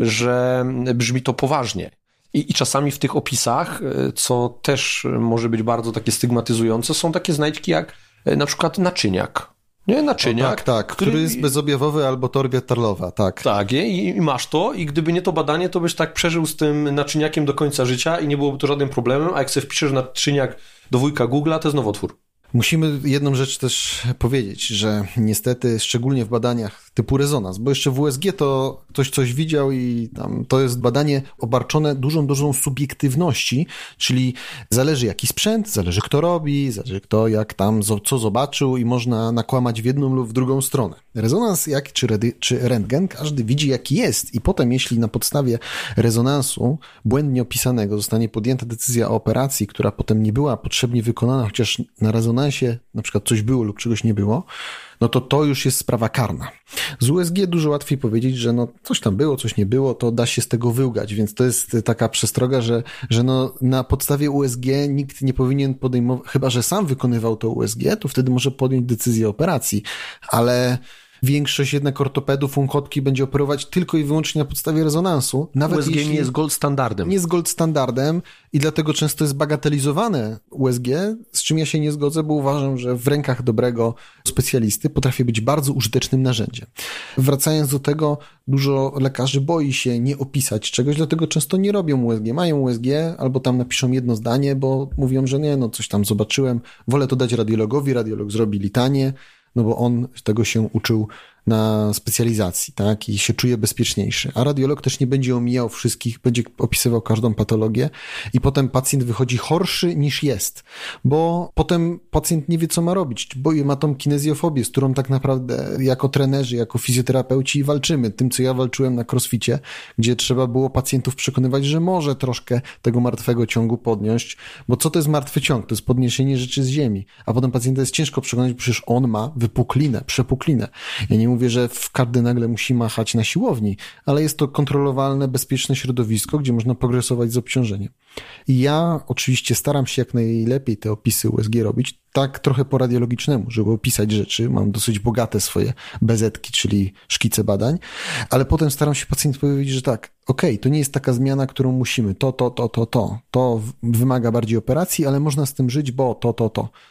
że brzmi to poważnie. I, I czasami w tych opisach, co też może być bardzo takie stygmatyzujące, są takie znajdźki jak na przykład naczyniak. Nie, naczyniak. O, tak, tak, który, który jest bezobjawowy albo torbia tarlowa, tak. Tak, i, i masz to i gdyby nie to badanie, to byś tak przeżył z tym naczyniakiem do końca życia i nie byłoby to żadnym problemem, a jak sobie wpiszesz naczyniak do wujka Google'a, to jest nowotwór. Musimy jedną rzecz też powiedzieć, że niestety, szczególnie w badaniach typu rezonans, bo jeszcze w U S G to ktoś coś widział i tam to jest badanie obarczone dużą dozą subiektywności, czyli zależy jaki sprzęt, zależy kto robi, zależy kto jak tam co zobaczył i można nakłamać w jedną lub w drugą stronę. Rezonans jak czy, redy, czy rentgen, każdy widzi jaki jest i potem jeśli na podstawie rezonansu błędnie opisanego zostanie podjęta decyzja o operacji, która potem nie była potrzebnie wykonana, chociaż na rezonansie na przykład coś było lub czegoś nie było, no to to już jest sprawa karna. Z U S G dużo łatwiej powiedzieć, że no coś tam było, coś nie było, to da się z tego wyłgać, więc to jest taka przestroga, że, że no na podstawie U S G nikt nie powinien podejmować, chyba że sam wykonywał to U S G, to wtedy może podjąć decyzję o operacji, ale większość jednak ortopedów, unkotki będzie operować tylko i wyłącznie na podstawie rezonansu. Nawet U S G jeśli nie jest gold standardem. Nie jest gold standardem i dlatego często jest bagatelizowane U S G, z czym ja się nie zgodzę, bo uważam, że w rękach dobrego specjalisty potrafi być bardzo użytecznym narzędziem. Wracając do tego, dużo lekarzy boi się nie opisać czegoś, dlatego często nie robią U S G. Mają U S G albo tam napiszą jedno zdanie, bo mówią, że nie, no coś tam zobaczyłem, wolę to dać radiologowi, radiolog zrobi litanię, no bo on tego się uczył na specjalizacji, tak, i się czuje bezpieczniejszy. A radiolog też nie będzie omijał wszystkich, będzie opisywał każdą patologię i potem pacjent wychodzi chorszy niż jest, bo potem pacjent nie wie, co ma robić, bo ma tą kinezjofobię, z którą tak naprawdę jako trenerzy, jako fizjoterapeuci walczymy. Tym, co ja walczyłem na crossficie, gdzie trzeba było pacjentów przekonywać, że może troszkę tego martwego ciągu podnieść, bo co to jest martwy ciąg? To jest podniesienie rzeczy z ziemi, a potem pacjenta jest ciężko przekonać, bo przecież on ma wypuklinę, przepuklinę. Ja nie mówię, że w każdy nagle musi machać na siłowni, ale jest to kontrolowalne, bezpieczne środowisko, gdzie można progresować z obciążeniem. I ja oczywiście staram się jak najlepiej te opisy U S G robić, tak trochę po radiologicznemu, żeby opisać rzeczy. Mam dosyć bogate swoje bezetki, czyli szkice badań, ale potem staram się pacjentowi powiedzieć, że tak, okej, okay, to nie jest taka zmiana, którą musimy, to, to, to, to, to, to wymaga bardziej operacji, ale można z tym żyć, bo to, to, to.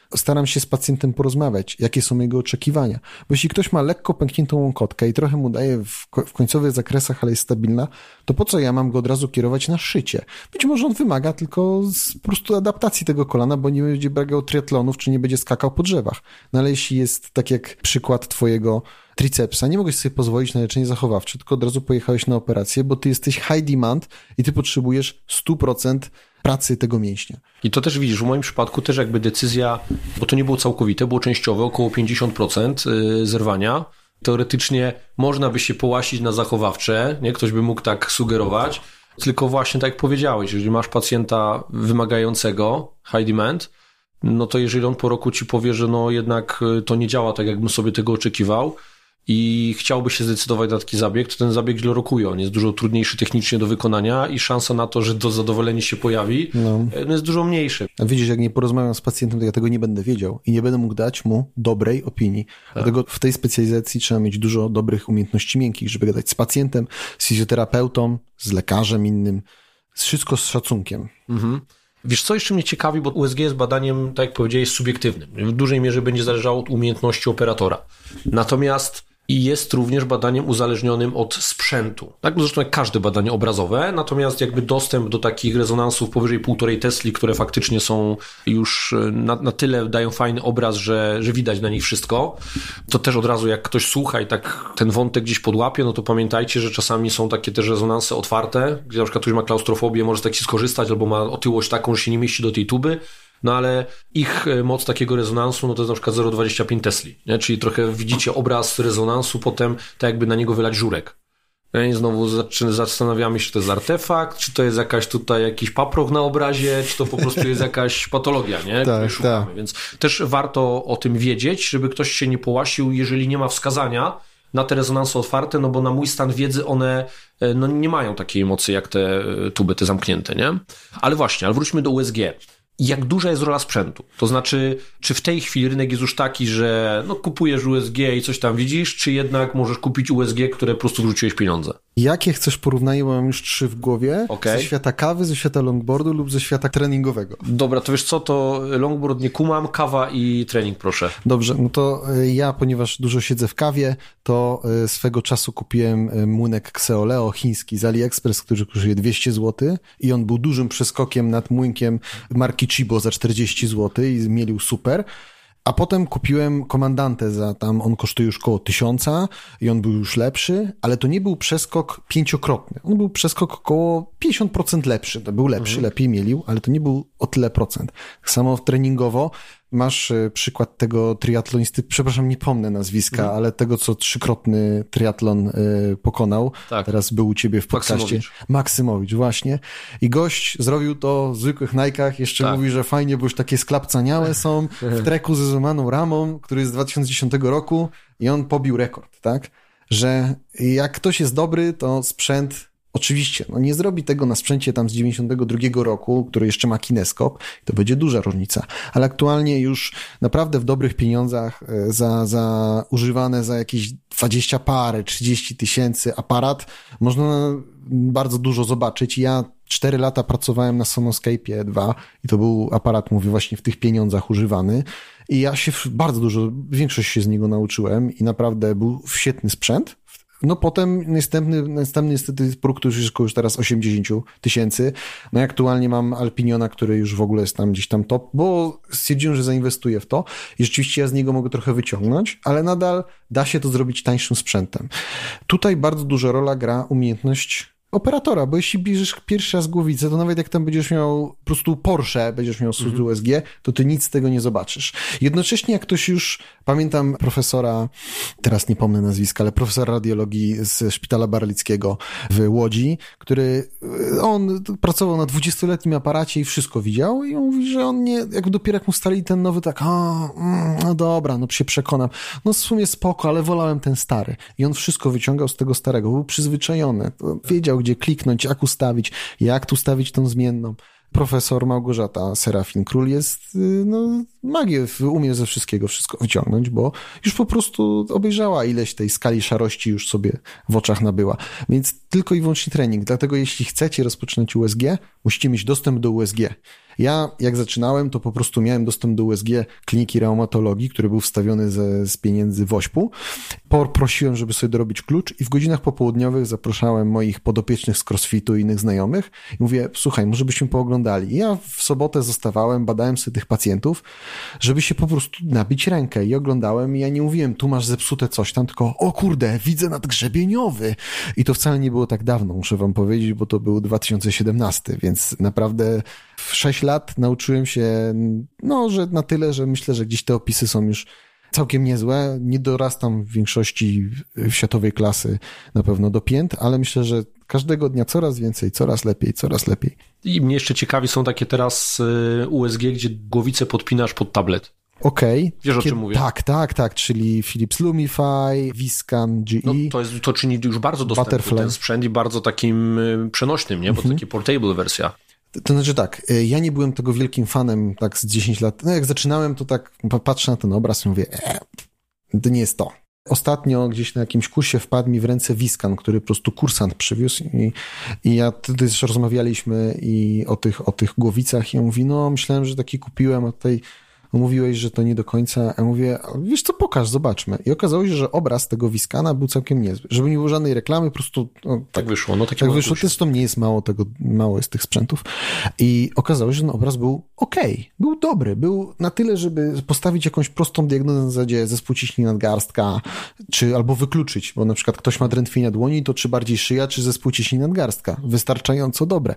staram się z pacjentem porozmawiać, jakie są jego oczekiwania. Bo jeśli ktoś ma lekko pękniętą łąkotkę i trochę mu daje w, w końcowych zakresach, ale jest stabilna, to po co ja mam go od razu kierować na szycie? Być może on wymaga tylko z, po prostu adaptacji tego kolana, bo nie będzie brał triatlonów, czy nie będzie skakał po drzewach. No ale jeśli jest tak jak przykład twojego tricepsa, nie mogłeś sobie pozwolić na leczenie zachowawcze, tylko od razu pojechałeś na operację, bo ty jesteś high demand i ty potrzebujesz sto procent pracy tego mięśnia. I to też widzisz, w moim przypadku też jakby decyzja, bo to nie było całkowite, było częściowe, około pięćdziesiąt procent zerwania. Teoretycznie można by się połasić na zachowawcze, nie? Ktoś by mógł tak sugerować, tylko właśnie tak jak powiedziałeś, jeżeli masz pacjenta wymagającego high demand, no to jeżeli on po roku ci powie, że no jednak to nie działa tak, jakbym sobie tego oczekiwał i chciałby się zdecydować na taki zabieg, to ten zabieg źle rokuje. On jest dużo trudniejszy technicznie do wykonania i szansa na to, że to zadowolenie się pojawi, no. No jest dużo mniejsze. A widzisz, jak nie porozmawiam z pacjentem, to ja tego nie będę wiedział i nie będę mógł dać mu dobrej opinii. Tak. Dlatego w tej specjalizacji trzeba mieć dużo dobrych umiejętności miękkich, żeby gadać z pacjentem, z fizjoterapeutą, z lekarzem innym. Wszystko z szacunkiem. Mhm. Wiesz, co jeszcze mnie ciekawi, bo U S G jest badaniem, tak jak powiedziałeś, subiektywnym. W dużej mierze będzie zależało od umiejętności operatora. Natomiast i jest również badaniem uzależnionym od sprzętu. Tak, zresztą jak każde badanie obrazowe, natomiast jakby dostęp do takich rezonansów powyżej półtorej Tesli, które faktycznie są już na, na tyle dają fajny obraz, że, że widać na nich wszystko, to też od razu jak ktoś słucha i tak ten wątek gdzieś podłapie, no to pamiętajcie, że czasami są takie też rezonanse otwarte, gdzie na przykład ktoś ma klaustrofobię, może z takich skorzystać, albo ma otyłość taką, że się nie mieści do tej tuby. No ale ich moc takiego rezonansu, no to jest na przykład zero przecinek dwadzieścia pięć Tesli, nie? Czyli trochę widzicie obraz rezonansu, potem tak jakby na niego wylać żurek. I znowu zastanawiamy się, czy to jest artefakt, czy to jest jakaś tutaj jakiś paproch na obrazie, czy to po prostu jest jakaś patologia, nie? Tak, tak. Więc też warto o tym wiedzieć, żeby ktoś się nie połasił, jeżeli nie ma wskazania na te rezonansy otwarte, no bo na mój stan wiedzy one no, nie mają takiej mocy jak te tuby, te zamknięte, nie? Ale właśnie, ale wróćmy do U S G. Jak duża jest rola sprzętu? To znaczy, czy w tej chwili rynek jest już taki, że no, kupujesz U S G i coś tam widzisz, czy jednak możesz kupić U S G, które po prostu wrzuciłeś pieniądze? Jakie chcesz porównanie, bo mam już trzy w głowie, okay. Ze świata kawy, ze świata longboardu lub ze świata treningowego. Dobra, to wiesz co, to longboard nie kumam, kawa i trening proszę. Dobrze, no to ja, ponieważ dużo siedzę w kawie, to swego czasu kupiłem młynek Xeoleo chiński z AliExpress, który kosztuje dwieście złotych i on był dużym przeskokiem nad młynkiem marki Chibo za czterdzieści złotych i mielił super. A potem kupiłem komandantę za tam, on kosztuje już koło tysiąca i on był już lepszy, ale to nie był przeskok pięciokrotny. On był przeskok około pięćdziesiąt procent lepszy. To był lepszy, mhm. lepiej mielił, ale to nie był o tyle procent. Tak samo treningowo masz przykład tego triatlonisty, przepraszam, nie pomnę nazwiska, mhm. ale tego, co trzykrotny triatlon y, pokonał. Tak. Teraz był u ciebie w podcaście. Maksymowicz. Maksymowicz, właśnie. I gość zrobił to w zwykłych Nike'ach, jeszcze tak. mówi, że fajnie, bo już takie sklapcaniałe są, w treku ze złamaną ramą, który jest z dwa tysiące dziesiątego roku i on pobił rekord, tak? Że jak ktoś jest dobry, to sprzęt oczywiście, no nie zrobi tego na sprzęcie tam z dziewięćdziesiątego drugiego roku, który jeszcze ma kineskop, to będzie duża różnica, ale aktualnie już naprawdę w dobrych pieniądzach za, za używane za jakieś dwadzieścia parę, trzydzieści tysięcy aparat można bardzo dużo zobaczyć. Ja cztery lata pracowałem na Sonoscape dwa i to był aparat, mówię, właśnie w tych pieniądzach używany i ja się bardzo dużo, większość się z niego nauczyłem i naprawdę był świetny sprzęt. No potem następny, następny niestety produkt już jest już teraz osiemdziesiąt tysięcy. No i aktualnie mam Alpiniona, który już w ogóle jest tam gdzieś tam top, bo stwierdziłem, że zainwestuję w to i rzeczywiście ja z niego mogę trochę wyciągnąć, ale nadal da się to zrobić tańszym sprzętem. Tutaj bardzo duża rola gra umiejętność operatora, bo jeśli bierzesz pierwszy raz głowicę, to nawet jak tam będziesz miał po prostu Porsche, będziesz miał służbę mm-hmm. U S G, to ty nic z tego nie zobaczysz. Jednocześnie jak ktoś już, pamiętam profesora, teraz nie pomnę nazwiska, ale profesora radiologii z Szpitala Barlickiego w Łodzi, który, on pracował na dwudziestoletnim aparacie i wszystko widział i on mówi, że on nie, jak dopiero jak mu stali ten nowy, tak, a, no dobra, no się przekonam, no w sumie spoko, ale wolałem ten stary. I on wszystko wyciągał z tego starego, był przyzwyczajony, wiedział, gdzie kliknąć, jak ustawić, jak tu ustawić tą zmienną. Profesor Małgorzata Serafin-Król jest no, magię, umie ze wszystkiego wszystko wyciągnąć, bo już po prostu obejrzała ileś tej skali szarości już sobie w oczach nabyła. Więc tylko i wyłącznie trening. Dlatego jeśli chcecie rozpoczynać U S G, musicie mieć dostęp do U S G. Ja jak zaczynałem, to po prostu miałem dostęp do U S G kliniki reumatologii, który był wstawiony ze, z pieniędzy WOŚP-u. Poprosiłem, żeby sobie dorobić klucz i w godzinach popołudniowych zapraszałem moich podopiecznych z crossfitu i innych znajomych i mówię, słuchaj, może byśmy pooglądali. I ja w sobotę zostawałem, badałem sobie tych pacjentów, żeby się po prostu nabić rękę i oglądałem i ja nie mówiłem, tu masz zepsute coś tam, tylko o kurde, widzę nadgrzebieniowy. I to wcale nie było tak dawno, muszę wam powiedzieć, bo to był dwa tysiące siedemnasty, więc naprawdę w sześć lat nauczyłem się, no, że na tyle, że myślę, że gdzieś te opisy są już całkiem niezłe. Nie dorastam w większości światowej klasy na pewno do pięt, ale myślę, że każdego dnia coraz więcej, coraz lepiej, coraz lepiej. I mnie jeszcze ciekawi są takie teraz U S G, gdzie głowicę podpinasz pod tablet. Okej. Okay. Wiesz, o czym mówię? Tak, tak, tak, czyli Philips Lumify, Viscan G E. No, to, jest, to czyni już bardzo dostępny Butterfly. Ten sprzęt i bardzo takim przenośnym, nie? Bo to taki portable wersja. To znaczy tak, ja nie byłem tego wielkim fanem tak z dziesięć lat. No jak zaczynałem, to tak patrzę na ten obraz i mówię, e, to nie jest to. Ostatnio gdzieś na jakimś kursie wpadł mi w ręce Viscan, który po prostu kursant przywiózł i, i ja wtedy też rozmawialiśmy i o tych, o tych głowicach i on mówi, no myślałem, że taki kupiłem, a tutaj mówiłeś, że to nie do końca. Ja mówię, wiesz co, pokaż, zobaczmy. I okazało się, że obraz tego Viscana był całkiem niezły. Żeby nie było żadnej reklamy, po prostu... No, tak, tak wyszło. No, tak wyszło. Zresztą nie jest mało tego, mało jest tych sprzętów. I okazało się, że ten obraz był okej. Okay, był dobry. Był na tyle, żeby postawić jakąś prostą diagnozę na zasadzie zespół ciśnień nadgarstka, czy albo wykluczyć, bo na przykład ktoś ma drętwienia dłoni, to czy bardziej szyja, czy zespół ciśnień nadgarstka. Wystarczająco dobre.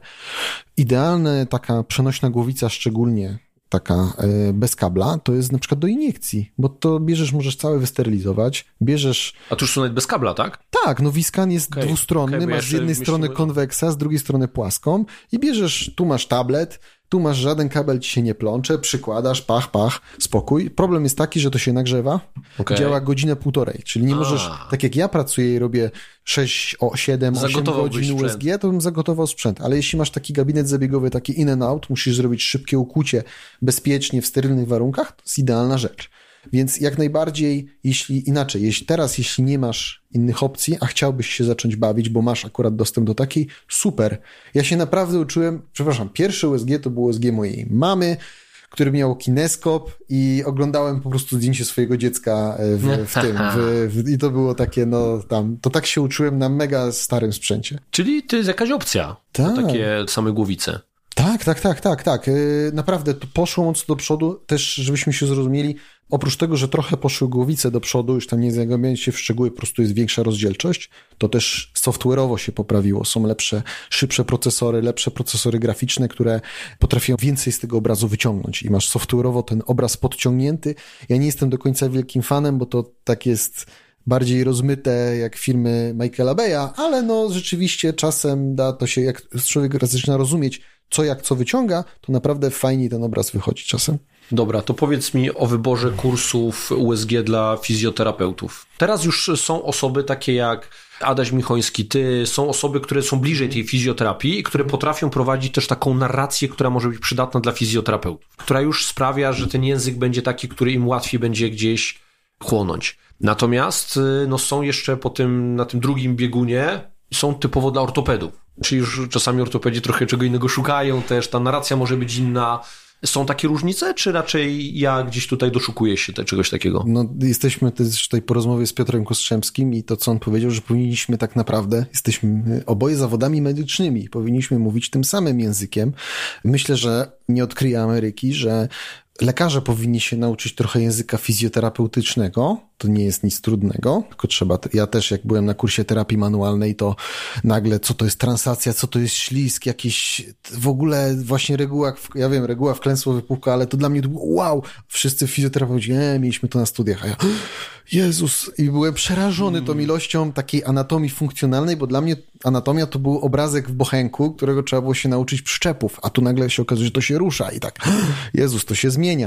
Idealna taka przenośna głowica, szczególnie taka bez kabla, to jest na przykład do iniekcji, bo to bierzesz, możesz całe wysterylizować, bierzesz... A tu już są nawet bez kabla, tak? Tak, no Viscan jest okay. dwustronny, okay, masz z jednej myślę, strony konweksa, z drugiej strony płaską i bierzesz, tu masz tablet, tu masz żaden kabel, ci się nie plącze, przykładasz, pach, pach, spokój. Problem jest taki, że to się nagrzewa, okay. działa godzinę, półtorej, czyli nie A. możesz, tak jak ja pracuję i robię sześć, siedem, osiem godzin U S G, to bym zagotował sprzęt, ale jeśli masz taki gabinet zabiegowy, taki in and out, musisz zrobić szybkie ukłucie bezpiecznie, w sterylnych warunkach, to jest idealna rzecz. Więc jak najbardziej, jeśli inaczej, jeśli teraz, jeśli nie masz innych opcji, a chciałbyś się zacząć bawić, bo masz akurat dostęp do takiej, super. Ja się naprawdę uczyłem, przepraszam, pierwsze U S G to było U S G mojej mamy, który miał kineskop i oglądałem po prostu zdjęcie swojego dziecka w, w tym. W, w, I to było takie, no tam, to tak się uczyłem na mega starym sprzęcie. Czyli to jest jakaś opcja, tak. Takie same głowice. Tak, tak, tak, tak, tak. Naprawdę to poszło mocno do przodu, też żebyśmy się zrozumieli, oprócz tego, że trochę poszły głowice do przodu, już tam nie zagłębiając się w szczegóły, po prostu jest większa rozdzielczość, to też software'owo się poprawiło. Są lepsze, szybsze procesory, lepsze procesory graficzne, które potrafią więcej z tego obrazu wyciągnąć i masz software'owo ten obraz podciągnięty. Ja nie jestem do końca wielkim fanem, bo to tak jest bardziej rozmyte jak filmy Michaela Bay'a, ale no rzeczywiście czasem da to się, jak człowiek zaczyna rozumieć, co jak co wyciąga, to naprawdę fajnie ten obraz wychodzi czasem. Dobra, to powiedz mi o wyborze kursów U S G dla fizjoterapeutów. Teraz już są osoby takie jak Adaś Michoński, ty, są osoby, które są bliżej tej fizjoterapii i które potrafią prowadzić też taką narrację, która może być przydatna dla fizjoterapeutów, która już sprawia, że ten język będzie taki, który im łatwiej będzie gdzieś chłonąć. Natomiast no, są jeszcze po tym, na tym drugim biegunie, są typowo dla ortopedów. Czyli już czasami ortopedzi trochę czego innego szukają też, ta narracja może być inna. Są takie różnice, czy raczej ja gdzieś tutaj doszukuję się te, czegoś takiego? No, jesteśmy też tutaj po rozmowie z Piotrem Kostrzemskim i to, co on powiedział, że powinniśmy tak naprawdę, jesteśmy oboje zawodami medycznymi, powinniśmy mówić tym samym językiem. Myślę, że nie odkryję Ameryki, że lekarze powinni się nauczyć trochę języka fizjoterapeutycznego. To nie jest nic trudnego, tylko trzeba... Ja też jak byłem na kursie terapii manualnej, to nagle co to jest transacja, co to jest ślizg, jakieś w ogóle właśnie reguła, ja wiem, reguła wklęsło wypływka, ale to dla mnie to było wow! Wszyscy fizjoterapeuci, nie, mieliśmy to na studiach, a ja Jezus! I byłem przerażony tą ilością takiej anatomii funkcjonalnej, bo dla mnie anatomia to był obrazek w bochenku, którego trzeba było się nauczyć przyczepów, a tu nagle się okazuje, że to się rusza i tak Jezus, to się zmienia.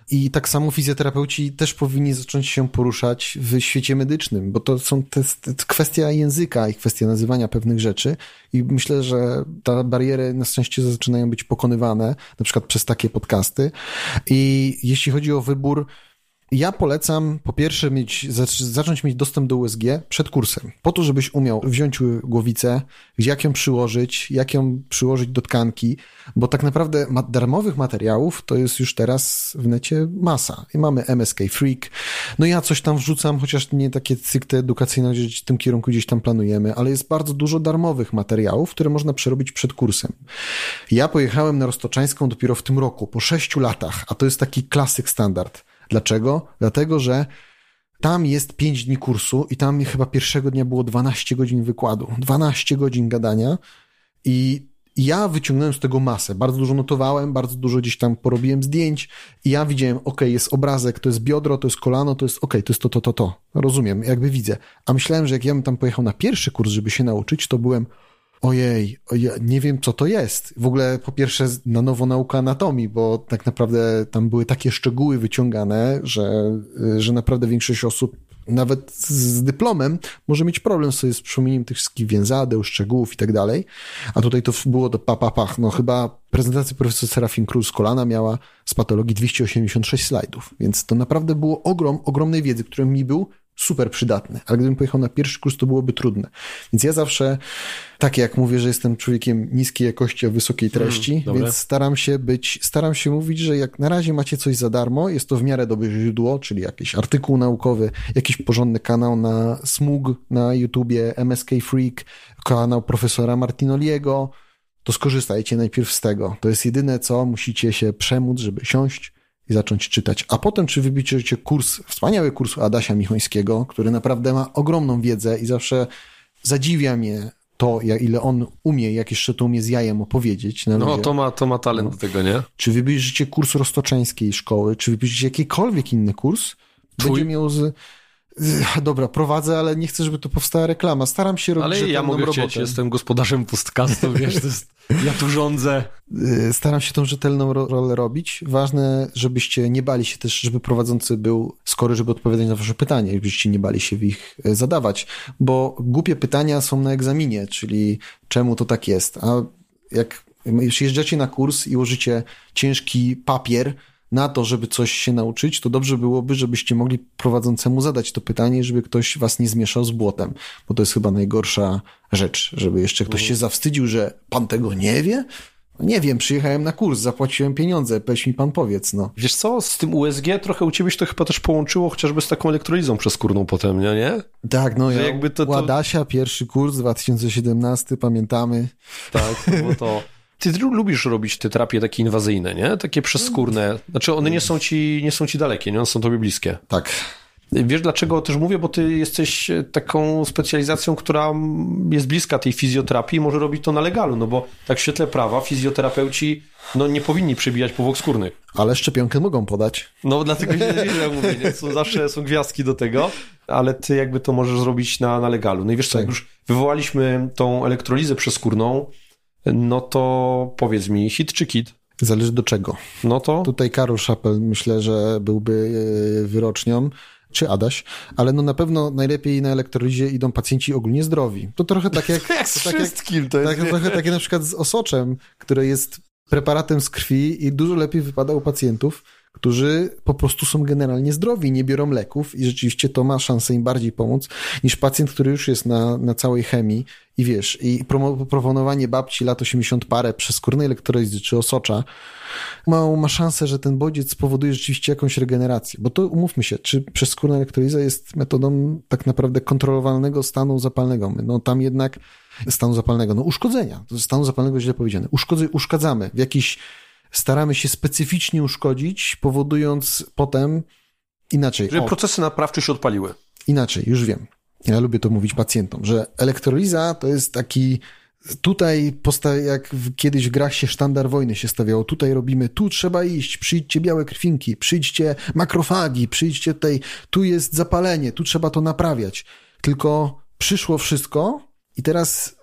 I tak samo fizjoterapeuci też powinni zacząć się poruszać w świecie medycznym, bo to są te, te, kwestia języka i kwestia nazywania pewnych rzeczy i myślę, że te bariery na szczęście zaczynają być pokonywane, na przykład przez takie podcasty. I jeśli chodzi o wybór, ja polecam po pierwsze mieć, zacząć mieć dostęp do U S G przed kursem, po to, żebyś umiał wziąć głowicę, jak ją przyłożyć, jak ją przyłożyć do tkanki, bo tak naprawdę darmowych materiałów to jest już teraz w necie masa. I mamy M S K Freak, no ja coś tam wrzucam, chociaż nie takie cykty edukacyjne, gdzie w tym kierunku gdzieś tam planujemy, ale jest bardzo dużo darmowych materiałów, które można przerobić przed kursem. Ja pojechałem na Roztoczańską dopiero w tym roku, po sześciu latach, a to jest taki klasyk standard. Dlaczego? Dlatego, że tam jest pięć dni kursu i tam chyba pierwszego dnia było dwanaście godzin wykładu, dwanaście godzin gadania i ja wyciągnąłem z tego masę. Bardzo dużo notowałem, bardzo dużo gdzieś tam porobiłem zdjęć i ja widziałem, ok, jest obrazek, to jest biodro, to jest kolano, to jest ok, to jest to, to, to, to. Rozumiem, jakby widzę. A myślałem, że jak ja bym tam pojechał na pierwszy kurs, żeby się nauczyć, to byłem ojej, ojej, nie wiem co to jest. W ogóle po pierwsze na nowo nauka anatomii, bo tak naprawdę tam były takie szczegóły wyciągane, że, że naprawdę większość osób nawet z dyplomem może mieć problem sobie z przypomnieniem tych wszystkich więzadeł, szczegółów i tak dalej. A tutaj to było do papapach. No chyba prezentacja profesor Serafin Król z kolana miała z patologii dwieście osiemdziesiąt sześć slajdów, więc to naprawdę było ogrom, ogromnej wiedzy, który mi był super przydatny, ale gdybym pojechał na pierwszy kurs, to byłoby trudne. Więc ja zawsze, tak jak mówię, że jestem człowiekiem niskiej jakości, a wysokiej treści, mm, więc staram się być, staram się mówić, że jak na razie macie coś za darmo, jest to w miarę dobre źródło, czyli jakiś artykuł naukowy, jakiś porządny kanał na Smug, na YouTubie, M S K Freak, kanał profesora Martinoliego, to skorzystajcie najpierw z tego. To jest jedyne, co musicie się przemóc, żeby siąść i zacząć czytać. A potem, czy wybierzecie kurs, wspaniały kurs Adasia Michońskiego, który naprawdę ma ogromną wiedzę i zawsze zadziwia mnie to, jak, ile on umie, jak jeszcze to umie z jajem opowiedzieć. Na no, to ma, to ma talent no. do tego, nie? Czy wybierzecie kurs Roztoczańskiej szkoły, czy wybierzecie jakikolwiek inny kurs, Twój? będzie miał z... Dobra, prowadzę, ale nie chcę, żeby to powstała reklama. Staram się robić ale ja mogę robotę. chcieć, jestem gospodarzem podcastu, wiesz, to jest, ja tu rządzę. Staram się tą rzetelną ro- rolę robić. Ważne, żebyście nie bali się też, żeby prowadzący był skory, żeby odpowiadać na wasze pytania, żebyście nie bali się w ich zadawać, bo głupie pytania są na egzaminie, czyli czemu to tak jest. A jak przyjeżdżacie na kurs i użycie ciężki papier na to, żeby coś się nauczyć, to dobrze byłoby, żebyście mogli prowadzącemu zadać to pytanie, żeby ktoś was nie zmieszał z błotem, bo to jest chyba najgorsza rzecz, żeby jeszcze ktoś się zawstydził, że pan tego nie wie? Nie wiem, przyjechałem na kurs, zapłaciłem pieniądze, weź mi pan powiedz, no. Wiesz co, z tym U S G trochę u ciebie się to chyba też połączyło chociażby z taką elektrolizą przeskórną potem, nie? nie? Tak, no ja, jakby to, to... Ładasia, pierwszy kurs, dwa tysiące siedemnasty, pamiętamy. Tak, bo to... Ty lubisz robić te terapie takie inwazyjne, nie? Takie przeskórne. Znaczy one nie są ci, nie są ci dalekie, nie? One są tobie bliskie. Tak. Wiesz dlaczego też mówię? Bo ty jesteś taką specjalizacją, która jest bliska tej fizjoterapii i może robić to na legalu, no bo tak w świetle prawa fizjoterapeuci no nie powinni przybijać powłok skórnych. Ale szczepionkę mogą podać. No dlatego się nie mówię, nie? Są, zawsze są gwiazdki do tego, ale ty jakby to możesz zrobić na, na legalu. No i wiesz co, tak. Jak już wywołaliśmy tą elektrolizę przeskórną, no to powiedz mi, hit czy kit? Zależy do czego. No to? Tutaj Karol Szapel myślę, że byłby wyrocznią, czy Adaś, ale no na pewno najlepiej na elektrolizie idą pacjenci ogólnie zdrowi. To trochę tak jak... jak z tak wszystkim jak, to jest. Tak, trochę takie na przykład z osoczem, które jest preparatem z krwi i dużo lepiej wypada u pacjentów, którzy po prostu są generalnie zdrowi, nie biorą leków i rzeczywiście to ma szansę im bardziej pomóc niż pacjent, który już jest na, na całej chemii i wiesz, i proponowanie babci lat osiemdziesiąt parę przeskórnej elektrolizy czy osocza ma, ma szansę, że ten bodziec spowoduje rzeczywiście jakąś regenerację, bo to umówmy się, czy przeskórna elektroliza jest metodą tak naprawdę kontrolowanego stanu zapalnego. No tam jednak stanu zapalnego, no uszkodzenia, stanu zapalnego źle powiedziane, Uszkodzy, uszkadzamy w jakiś staramy się specyficznie uszkodzić, powodując potem inaczej. Żeby o, procesy naprawcze się odpaliły. Inaczej, już wiem. Ja lubię to mówić pacjentom, że elektroliza to jest taki tutaj, posta- jak kiedyś w grach się sztandar wojny się stawiało, tutaj robimy, tu trzeba iść, przyjdźcie białe krwinki, przyjdźcie makrofagi, przyjdźcie tutaj, tu jest zapalenie, tu trzeba to naprawiać. Tylko przyszło wszystko i teraz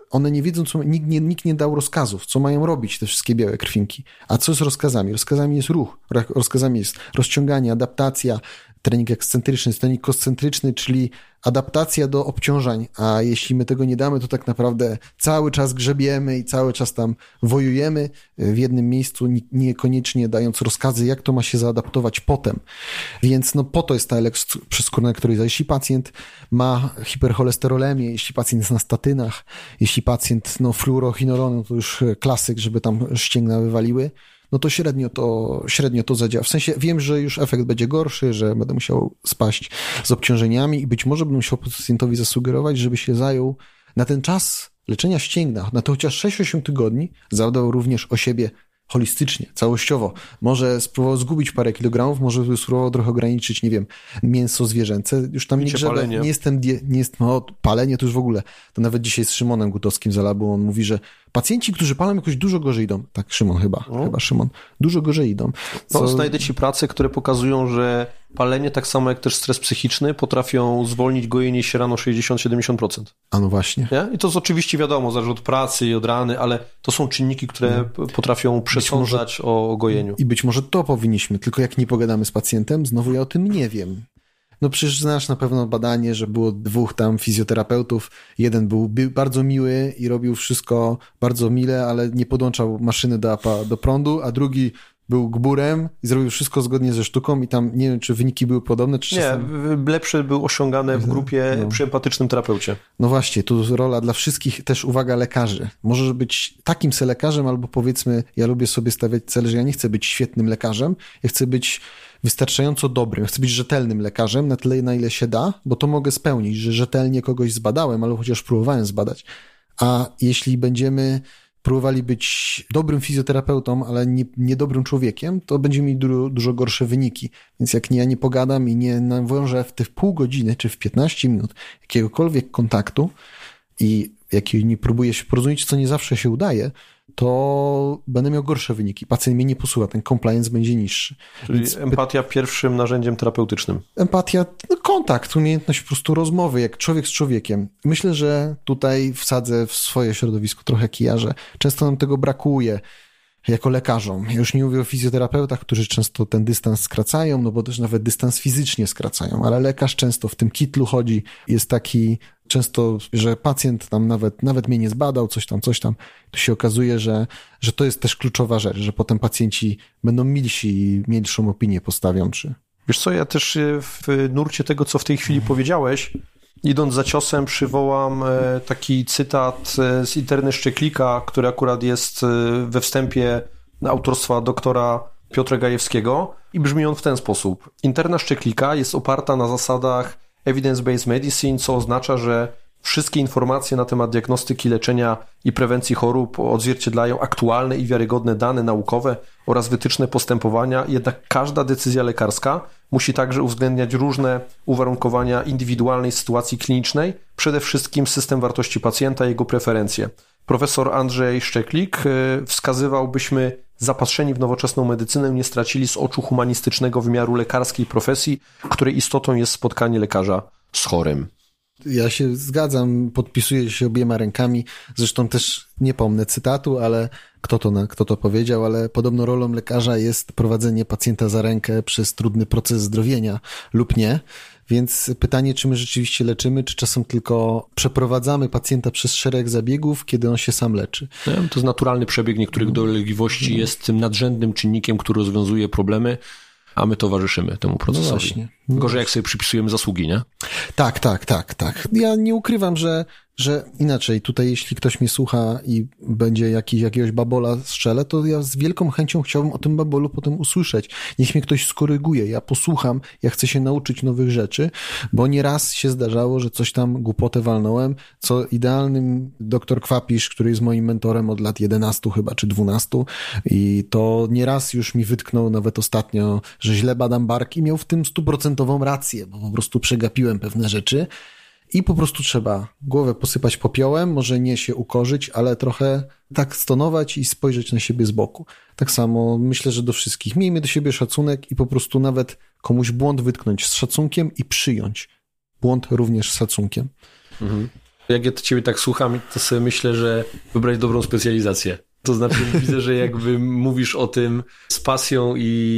one nie wiedzą, co nikt nie, nikt nie dał rozkazów, co mają robić te wszystkie białe krwinki. A co z rozkazami? Rozkazami jest ruch, rozkazami jest rozciąganie, adaptacja, trening ekscentryczny, trening koncentryczny, czyli adaptacja do obciążań, a jeśli my tego nie damy, to tak naprawdę cały czas grzebiemy i cały czas tam wojujemy w jednym miejscu, niekoniecznie dając rozkazy, jak to ma się zaadaptować potem. Więc no po to jest ta elektroskórna, jeśli pacjent ma hipercholesterolemię, jeśli pacjent jest na statynach, jeśli pacjent no fluorochinolon, to już klasyk, żeby tam ścięgna wywaliły, no to średnio to, średnio to zadziała. W sensie wiem, że już efekt będzie gorszy, że będę musiał spaść z obciążeniami i być może będę musiał pacjentowi zasugerować, żeby się zajął na ten czas leczenia ścięgna, na to chociaż sześć osiem tygodni, zadbał również o siebie holistycznie, całościowo. Może spróbował zgubić parę kilogramów, może spróbował trochę ograniczyć, nie wiem, mięso zwierzęce. Już tam nie grzebę, nie jestem, nie jest, no palenie to już w ogóle. To nawet dzisiaj z Szymonem Gutowskim z Alabu, on mówi, że pacjenci, którzy palą, jakoś dużo gorzej idą. Tak, Szymon chyba, no. chyba Szymon. Dużo gorzej idą. Co... No, znajdę ci prace, które pokazują, że palenie, tak samo jak też stres psychiczny, potrafią zwolnić gojenie się rano sześćdziesiąt do siedemdziesięciu procent. A no właśnie. Nie? I to jest oczywiście wiadomo, zależy od pracy i od rany, ale to są czynniki, które no. potrafią przesądzać może... o gojeniu. I być może to powinniśmy, tylko jak nie pogadamy z pacjentem, znowu ja o tym nie wiem. No przecież znasz na pewno badanie, że było dwóch tam fizjoterapeutów. Jeden był bardzo miły i robił wszystko bardzo mile, ale nie podłączał maszyny do, do prądu, a drugi był gburem i zrobił wszystko zgodnie ze sztuką i tam nie wiem, czy wyniki były podobne, czy nie, czasem... lepsze był osiągane w grupie no. przy empatycznym terapeucie. No właśnie, tu rola dla wszystkich, też uwaga lekarzy. Możesz być takim se lekarzem, albo powiedzmy, ja lubię sobie stawiać cel, że ja nie chcę być świetnym lekarzem, ja chcę być wystarczająco dobrym, ja chcę być rzetelnym lekarzem na tyle, na ile się da, bo to mogę spełnić, że rzetelnie kogoś zbadałem, albo chociaż próbowałem zbadać. A jeśli będziemy próbowali być dobrym fizjoterapeutą, ale nie, niedobrym człowiekiem, to będziemy mieli dużo, dużo gorsze wyniki. Więc jak nie, ja nie pogadam i nie nawiążę w te pół godziny czy w piętnaście minut jakiegokolwiek kontaktu i jak nie próbuję się porozumieć, co nie zawsze się udaje, to będę miał gorsze wyniki. Pacjent mnie nie posłucha, ten compliance będzie niższy. Czyli Więc empatia py... pierwszym narzędziem terapeutycznym. Empatia, no kontakt, umiejętność po prostu rozmowy, jak człowiek z człowiekiem. Myślę, że tutaj wsadzę w swoje środowisko trochę kija, że często nam tego brakuje jako lekarzom. Ja już nie mówię o fizjoterapeutach, którzy często ten dystans skracają, no bo też nawet dystans fizycznie skracają, ale lekarz często w tym kitlu chodzi, jest taki często, że pacjent tam nawet, nawet mnie nie zbadał, coś tam, coś tam. Tu się okazuje, że, że to jest też kluczowa rzecz, że potem pacjenci będą milsi i milszą opinię postawią, czy... Wiesz co, ja też w nurcie tego, co w tej chwili powiedziałeś, idąc za ciosem, przywołam taki cytat z Interny Szczeklika, który akurat jest we wstępie autorstwa doktora Piotra Gajewskiego i brzmi on w ten sposób. Interna Szczeklika jest oparta na zasadach evidence-based medicine, co oznacza, że wszystkie informacje na temat diagnostyki, leczenia i prewencji chorób odzwierciedlają aktualne i wiarygodne dane naukowe oraz wytyczne postępowania, jednak każda decyzja lekarska musi także uwzględniać różne uwarunkowania indywidualnej sytuacji klinicznej, przede wszystkim system wartości pacjenta i jego preferencje. Profesor Andrzej Szczeklik wskazywał, byśmy zapatrzeni w nowoczesną medycynę nie stracili z oczu humanistycznego wymiaru lekarskiej profesji, której istotą jest spotkanie lekarza z chorym. Ja się zgadzam, podpisuję się obiema rękami, zresztą też nie pomnę cytatu, ale kto to, na, kto to powiedział, ale podobno rolą lekarza jest prowadzenie pacjenta za rękę przez trudny proces zdrowienia lub nie. Więc pytanie, czy my rzeczywiście leczymy, czy czasem tylko przeprowadzamy pacjenta przez szereg zabiegów, kiedy on się sam leczy. To jest naturalny przebieg niektórych dolegliwości, no. Jest tym nadrzędnym czynnikiem, który rozwiązuje problemy, a my towarzyszymy temu procesowi. No właśnie. Gorzej jak sobie przypisujemy zasługi, nie? Tak, tak, tak, tak. Ja nie ukrywam, że, że inaczej, tutaj jeśli ktoś mnie słucha i będzie jakiś, jakiegoś babola strzelę, to ja z wielką chęcią chciałbym o tym babolu potem usłyszeć. Niech mnie ktoś skoryguje, ja posłucham, ja chcę się nauczyć nowych rzeczy, bo nieraz się zdarzało, że coś tam głupotę walnąłem, co idealnym doktor Kwapisz, który jest moim mentorem od lat jedenastu chyba, czy dwunastu i to nieraz już mi wytknął nawet ostatnio, że źle badam bark i miał w tym stuprocentową rację, bo po prostu przegapiłem pewne rzeczy i po prostu trzeba głowę posypać popiołem, może nie się ukorzyć, ale trochę tak stonować i spojrzeć na siebie z boku. Tak samo myślę, że do wszystkich. Miejmy do siebie szacunek i po prostu nawet komuś błąd wytknąć z szacunkiem i przyjąć błąd również z szacunkiem. Mhm. Jak ja to ciebie tak słucham, to sobie myślę, że wybrać dobrą specjalizację. To znaczy widzę, że jakby mówisz o tym z pasją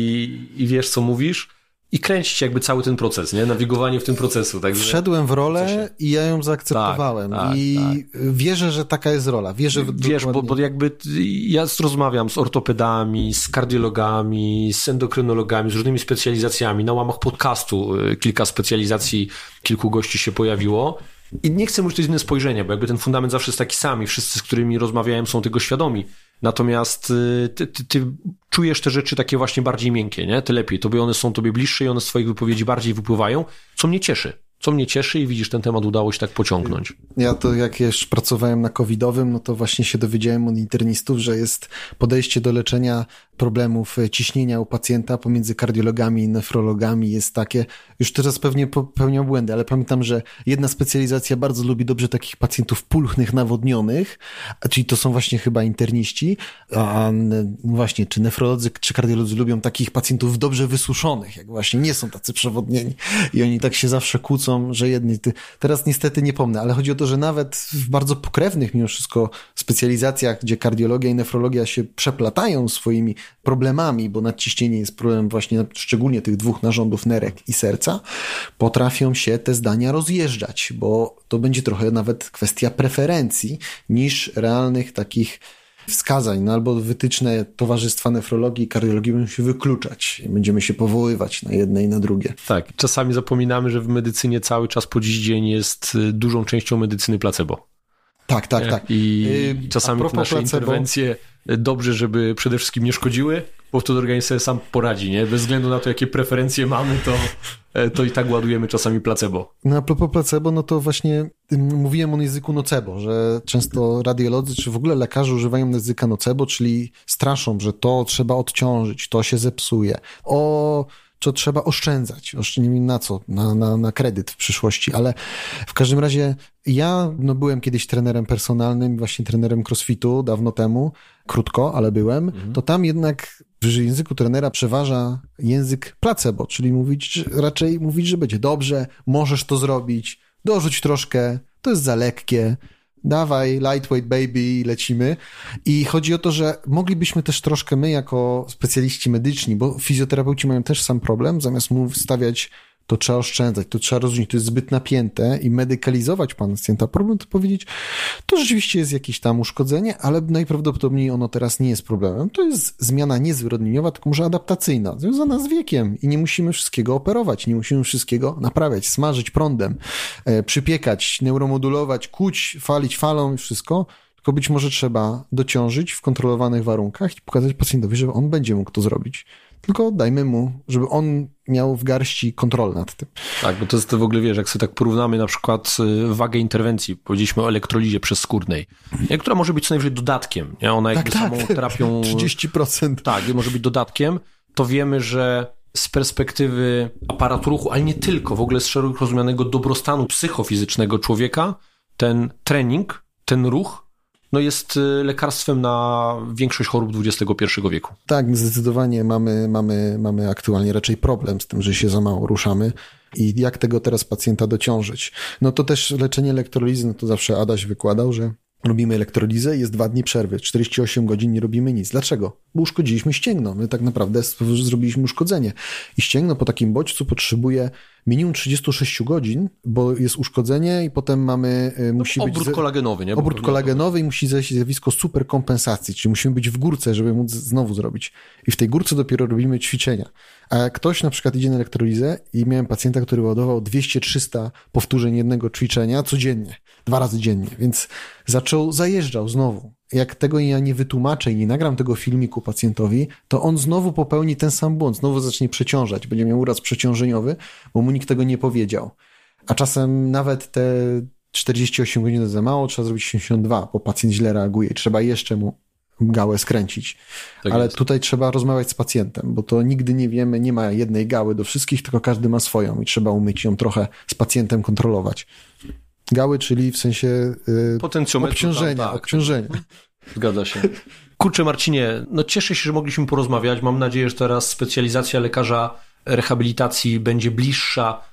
i, i wiesz, co mówisz i kręcić jakby cały ten proces, nie? Nawigowanie w tym procesu. Także... Wszedłem w rolę i ja ją zaakceptowałem. Tak, tak, I tak. wierzę, że taka jest rola. Wierzę w Wiesz, bo, bo jakby ja rozmawiam z ortopedami, z kardiologami, z endokrynologami, z różnymi specjalizacjami. Na łamach podcastu kilka specjalizacji, kilku gości się pojawiło. I nie chcę mówić, że to jest inne spojrzenie, bo jakby ten fundament zawsze jest taki sam i wszyscy, z którymi rozmawiałem, są tego świadomi. Natomiast ty, ty, ty czujesz te rzeczy takie właśnie bardziej miękkie, nie? Ty lepiej, tobie one są tobie bliższe i one z twoich wypowiedzi bardziej wypływają, co mnie cieszy. Co mnie cieszy i widzisz, ten temat udało się tak pociągnąć. Ja to jak jeszcze pracowałem na covidowym, no to właśnie się dowiedziałem od internistów, że jest podejście do leczenia problemów ciśnienia u pacjenta pomiędzy kardiologami i nefrologami jest takie, już teraz pewnie popełniam błędy, ale pamiętam, że jedna specjalizacja bardzo lubi dobrze takich pacjentów pulchnych, nawodnionych, czyli to są właśnie chyba interniści, a właśnie czy nefrolodzy, czy kardiolodzy lubią takich pacjentów dobrze wysuszonych, jak właśnie nie są tacy przewodnieni i oni tak się zawsze kłócą, że jedni, ty, teraz niestety nie pomnę, ale chodzi o to, że nawet w bardzo pokrewnych mimo wszystko specjalizacjach, gdzie kardiologia i nefrologia się przeplatają swoimi problemami, bo nadciśnienie jest problem właśnie szczególnie tych dwóch narządów nerek i serca, potrafią się te zdania rozjeżdżać, bo to będzie trochę nawet kwestia preferencji niż realnych takich wskazań, no albo wytyczne Towarzystwa Nefrologii i Kardiologii będą się wykluczać i będziemy się powoływać na jedne i na drugie. Tak, czasami zapominamy, że w medycynie cały czas po dziś dzień jest dużą częścią medycyny placebo. Tak, tak, tak. I yy, czasami te nasze placebo... interwencje dobrze, żeby przede wszystkim nie szkodziły, bo wtedy organizm sobie sam poradzi, nie? Bez względu na to, jakie preferencje mamy, to, to i tak ładujemy czasami placebo. No a propos placebo, no to właśnie mówiłem o języku nocebo, że często radiolodzy, czy w ogóle lekarze używają języka nocebo, czyli straszą, że to trzeba odciążyć, to się zepsuje. O... co trzeba oszczędzać. Nie wiem na co, na, na, na kredyt w przyszłości, ale w każdym razie ja no, byłem kiedyś trenerem personalnym, właśnie trenerem crossfitu dawno temu, krótko, ale byłem, mhm. to tam jednak w języku trenera przeważa język placebo, czyli mówić, raczej mówić, że będzie dobrze, możesz to zrobić, dorzuć troszkę, to jest za lekkie, dawaj, lightweight baby, lecimy. I chodzi o to, że moglibyśmy też troszkę my jako specjaliści medyczni, bo fizjoterapeuci mają też sam problem, zamiast mu wstawiać, to trzeba oszczędzać, to trzeba rozróżnić, to jest zbyt napięte i medykalizować pacjenta. Problem to powiedzieć, to rzeczywiście jest jakieś tam uszkodzenie, ale najprawdopodobniej ono teraz nie jest problemem. To jest zmiana nie zwyrodnieniowa, tylko może adaptacyjna, związana z wiekiem i nie musimy wszystkiego operować, nie musimy wszystkiego naprawiać, smażyć prądem, e, przypiekać, neuromodulować, kuć, falić falą i wszystko, tylko być może trzeba dociążyć w kontrolowanych warunkach i pokazać pacjentowi, że on będzie mógł to zrobić. Tylko dajmy mu, żeby on miał w garści kontrolę nad tym. Tak, bo to jest to w ogóle, wiesz, jak sobie tak porównamy na przykład wagę interwencji, powiedzieliśmy o elektrolizie przezskórnej, która może być co najwyżej dodatkiem, nie? Ona jakby tak, samą tak. terapią... trzydzieści procent. Tak, może być dodatkiem, to wiemy, że z perspektywy aparatu ruchu, ale nie tylko, w ogóle z szeroko rozumianego dobrostanu psychofizycznego człowieka, ten trening, ten ruch, no jest lekarstwem na większość chorób dwudziestego pierwszego wieku. Tak, zdecydowanie mamy, mamy, mamy aktualnie raczej problem z tym, że się za mało ruszamy i jak tego teraz pacjenta dociążyć. No to też leczenie elektrolizy, no to zawsze Adaś wykładał, że robimy elektrolizę i jest dwa dni przerwy, czterdzieści osiem godzin nie robimy nic. Dlaczego? Bo uszkodziliśmy ścięgno. My tak naprawdę zrobiliśmy uszkodzenie. I ścięgno po takim bodźcu potrzebuje minimum trzydzieści sześć godzin, bo jest uszkodzenie i potem mamy... musi no, obrót być kolagenowy, nie? Obrót kolagenowy i musi zajść zjawisko superkompensacji, czyli musimy być w górce, żeby móc znowu zrobić. I w tej górce dopiero robimy ćwiczenia. A jak ktoś na przykład idzie na elektrolizę i miałem pacjenta, który ładował dwieście trzysta powtórzeń jednego ćwiczenia codziennie, dwa razy dziennie, więc zaczął, zajeżdżał znowu. Jak tego ja nie wytłumaczę i nie nagram tego filmiku pacjentowi, to on znowu popełni ten sam błąd, znowu zacznie przeciążać, będzie miał uraz przeciążeniowy, bo mu nikt tego nie powiedział. A czasem nawet te czterdzieści osiem godzin to za mało, trzeba zrobić siedemdziesiąt dwa, bo pacjent źle reaguje i trzeba jeszcze mu gałę skręcić. Tak ale jest. Tutaj trzeba rozmawiać z pacjentem, bo to nigdy nie wiemy, nie ma jednej gały do wszystkich, tylko każdy ma swoją i trzeba umieć ją trochę z pacjentem kontrolować. Gały, czyli w sensie yy, obciążenia. Tam, tak. obciążenia. Zgadza się. Kurczę Marcinie, no cieszę się, że mogliśmy porozmawiać. Mam nadzieję, że teraz specjalizacja lekarza rehabilitacji będzie bliższa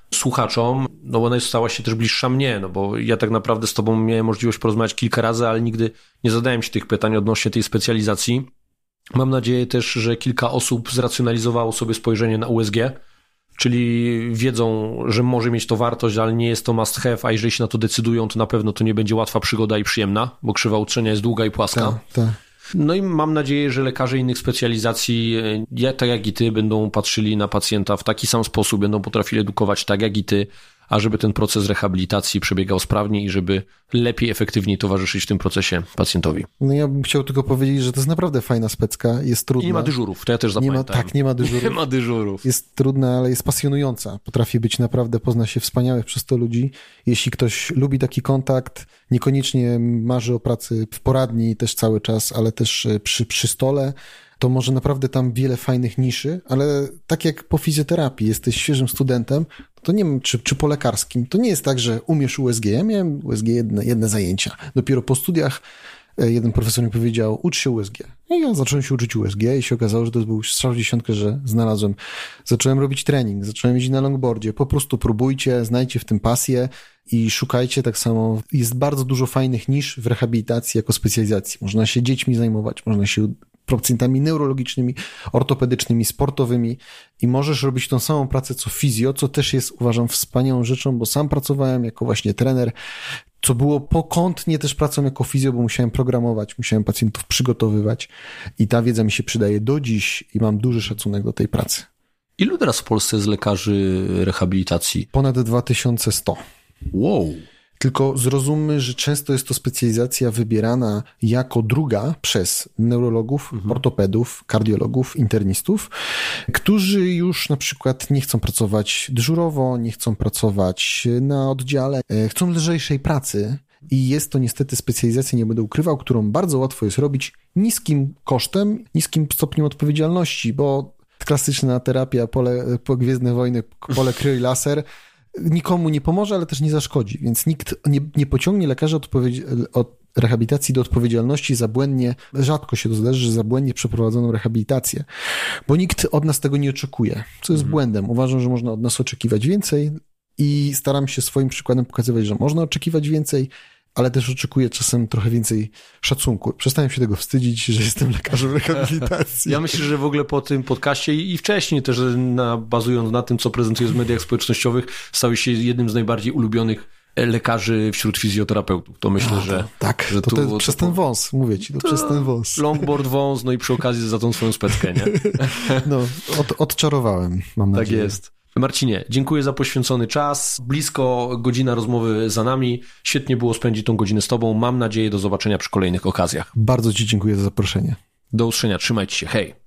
słuchaczom, no bo ona stała się też bliższa mnie, no bo ja tak naprawdę z tobą miałem możliwość porozmawiać kilka razy, ale nigdy nie zadałem ci tych pytań odnośnie tej specjalizacji. Mam nadzieję też, że kilka osób zracjonalizowało sobie spojrzenie na U S G, czyli wiedzą, że może mieć to wartość, ale nie jest to must have, a jeżeli się na to decydują, to na pewno to nie będzie łatwa przygoda i przyjemna, bo krzywa utrzenia jest długa i płaska. Tak, tak. No i mam nadzieję, że lekarze innych specjalizacji, tak jak i ty, będą patrzyli na pacjenta w taki sam sposób, będą potrafili edukować tak jak i ty, a żeby ten proces rehabilitacji przebiegał sprawniej i żeby lepiej, efektywniej towarzyszyć w tym procesie pacjentowi. No ja bym chciał tylko powiedzieć, że to jest naprawdę fajna specka, jest trudna. I nie ma dyżurów, to ja też zapamiętałem. Nie ma, tak, nie ma dyżurów. Nie ma dyżurów. Jest trudna, ale jest pasjonująca. Potrafi być naprawdę, pozna się wspaniałych przez to ludzi. Jeśli ktoś lubi taki kontakt, niekoniecznie marzy o pracy w poradni też cały czas, ale też przy, przy stole, to może naprawdę tam wiele fajnych niszy, ale tak jak po fizjoterapii jesteś świeżym studentem, to nie wiem, czy, czy po lekarskim, to nie jest tak, że umiesz U S G. Ja miałem U S G jedne, jedne zajęcia. Dopiero po studiach jeden profesor mi powiedział, ucz się U S G. I ja zacząłem się uczyć U S G i się okazało, że to był strzał w dziesiątkę, że znalazłem. Zacząłem robić trening, zacząłem jeździć na longboardzie. Po prostu próbujcie, znajdźcie w tym pasję i szukajcie tak samo. Jest bardzo dużo fajnych nisz w rehabilitacji jako specjalizacji. Można się dziećmi zajmować, można się pacjentami neurologicznymi, ortopedycznymi, sportowymi i możesz robić tą samą pracę co fizjo, co też jest, uważam, wspaniałą rzeczą, bo sam pracowałem jako właśnie trener, co było pokątnie też pracą jako fizjo, bo musiałem programować, musiałem pacjentów przygotowywać i ta wiedza mi się przydaje do dziś i mam duży szacunek do tej pracy. Ilu teraz w Polsce jest lekarzy rehabilitacji? Ponad dwa tysiące sto. Wow! Tylko zrozummy, że często jest to specjalizacja wybierana jako druga przez neurologów, mhm. ortopedów, kardiologów, internistów, którzy już na przykład nie chcą pracować dyżurowo, nie chcą pracować na oddziale, chcą lżejszej pracy i jest to niestety specjalizacja, nie będę ukrywał, którą bardzo łatwo jest robić niskim kosztem, niskim stopniem odpowiedzialności, bo klasyczna terapia, pole, po Gwiezdne Wojny, pole kryj laser, nikomu nie pomoże, ale też nie zaszkodzi, więc nikt nie, nie pociągnie lekarza odpowiedzi- od rehabilitacji do odpowiedzialności za błędnie, rzadko się to zdarzy, za błędnie przeprowadzoną rehabilitację, bo nikt od nas tego nie oczekuje, co jest mhm. błędem. Uważam, że można od nas oczekiwać więcej i staram się swoim przykładem pokazywać, że można oczekiwać więcej, ale też oczekuję czasem trochę więcej szacunku. Przestałem się tego wstydzić, że jestem lekarzem rehabilitacji. Ja myślę, że w ogóle po tym podcaście i wcześniej też na, bazując na tym, co prezentujesz w mediach społecznościowych, stałeś się jednym z najbardziej ulubionych lekarzy wśród fizjoterapeutów. To myślę, A, to, że... Tak, że to, tu, to, to przez ten wąs, mówię ci, to, to przez ten wąs. Longboard wąs, no i przy okazji za tą swoją speckę, nie? No, od, odczarowałem, mam nadzieję. Tak jest. Marcinie, dziękuję za poświęcony czas. Blisko godzina rozmowy za nami. Świetnie było spędzić tą godzinę z tobą. Mam nadzieję do zobaczenia przy kolejnych okazjach. Bardzo ci dziękuję za zaproszenie. Do usłyszenia. Trzymajcie się. Hej.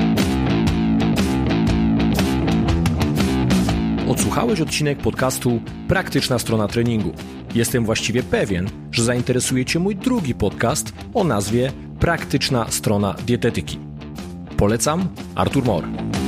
Odsłuchałeś odcinek podcastu Praktyczna strona treningu. Jestem właściwie pewien, że zainteresuje cię mój drugi podcast o nazwie Praktyczna strona dietetyki. Polecam, Artur Mor.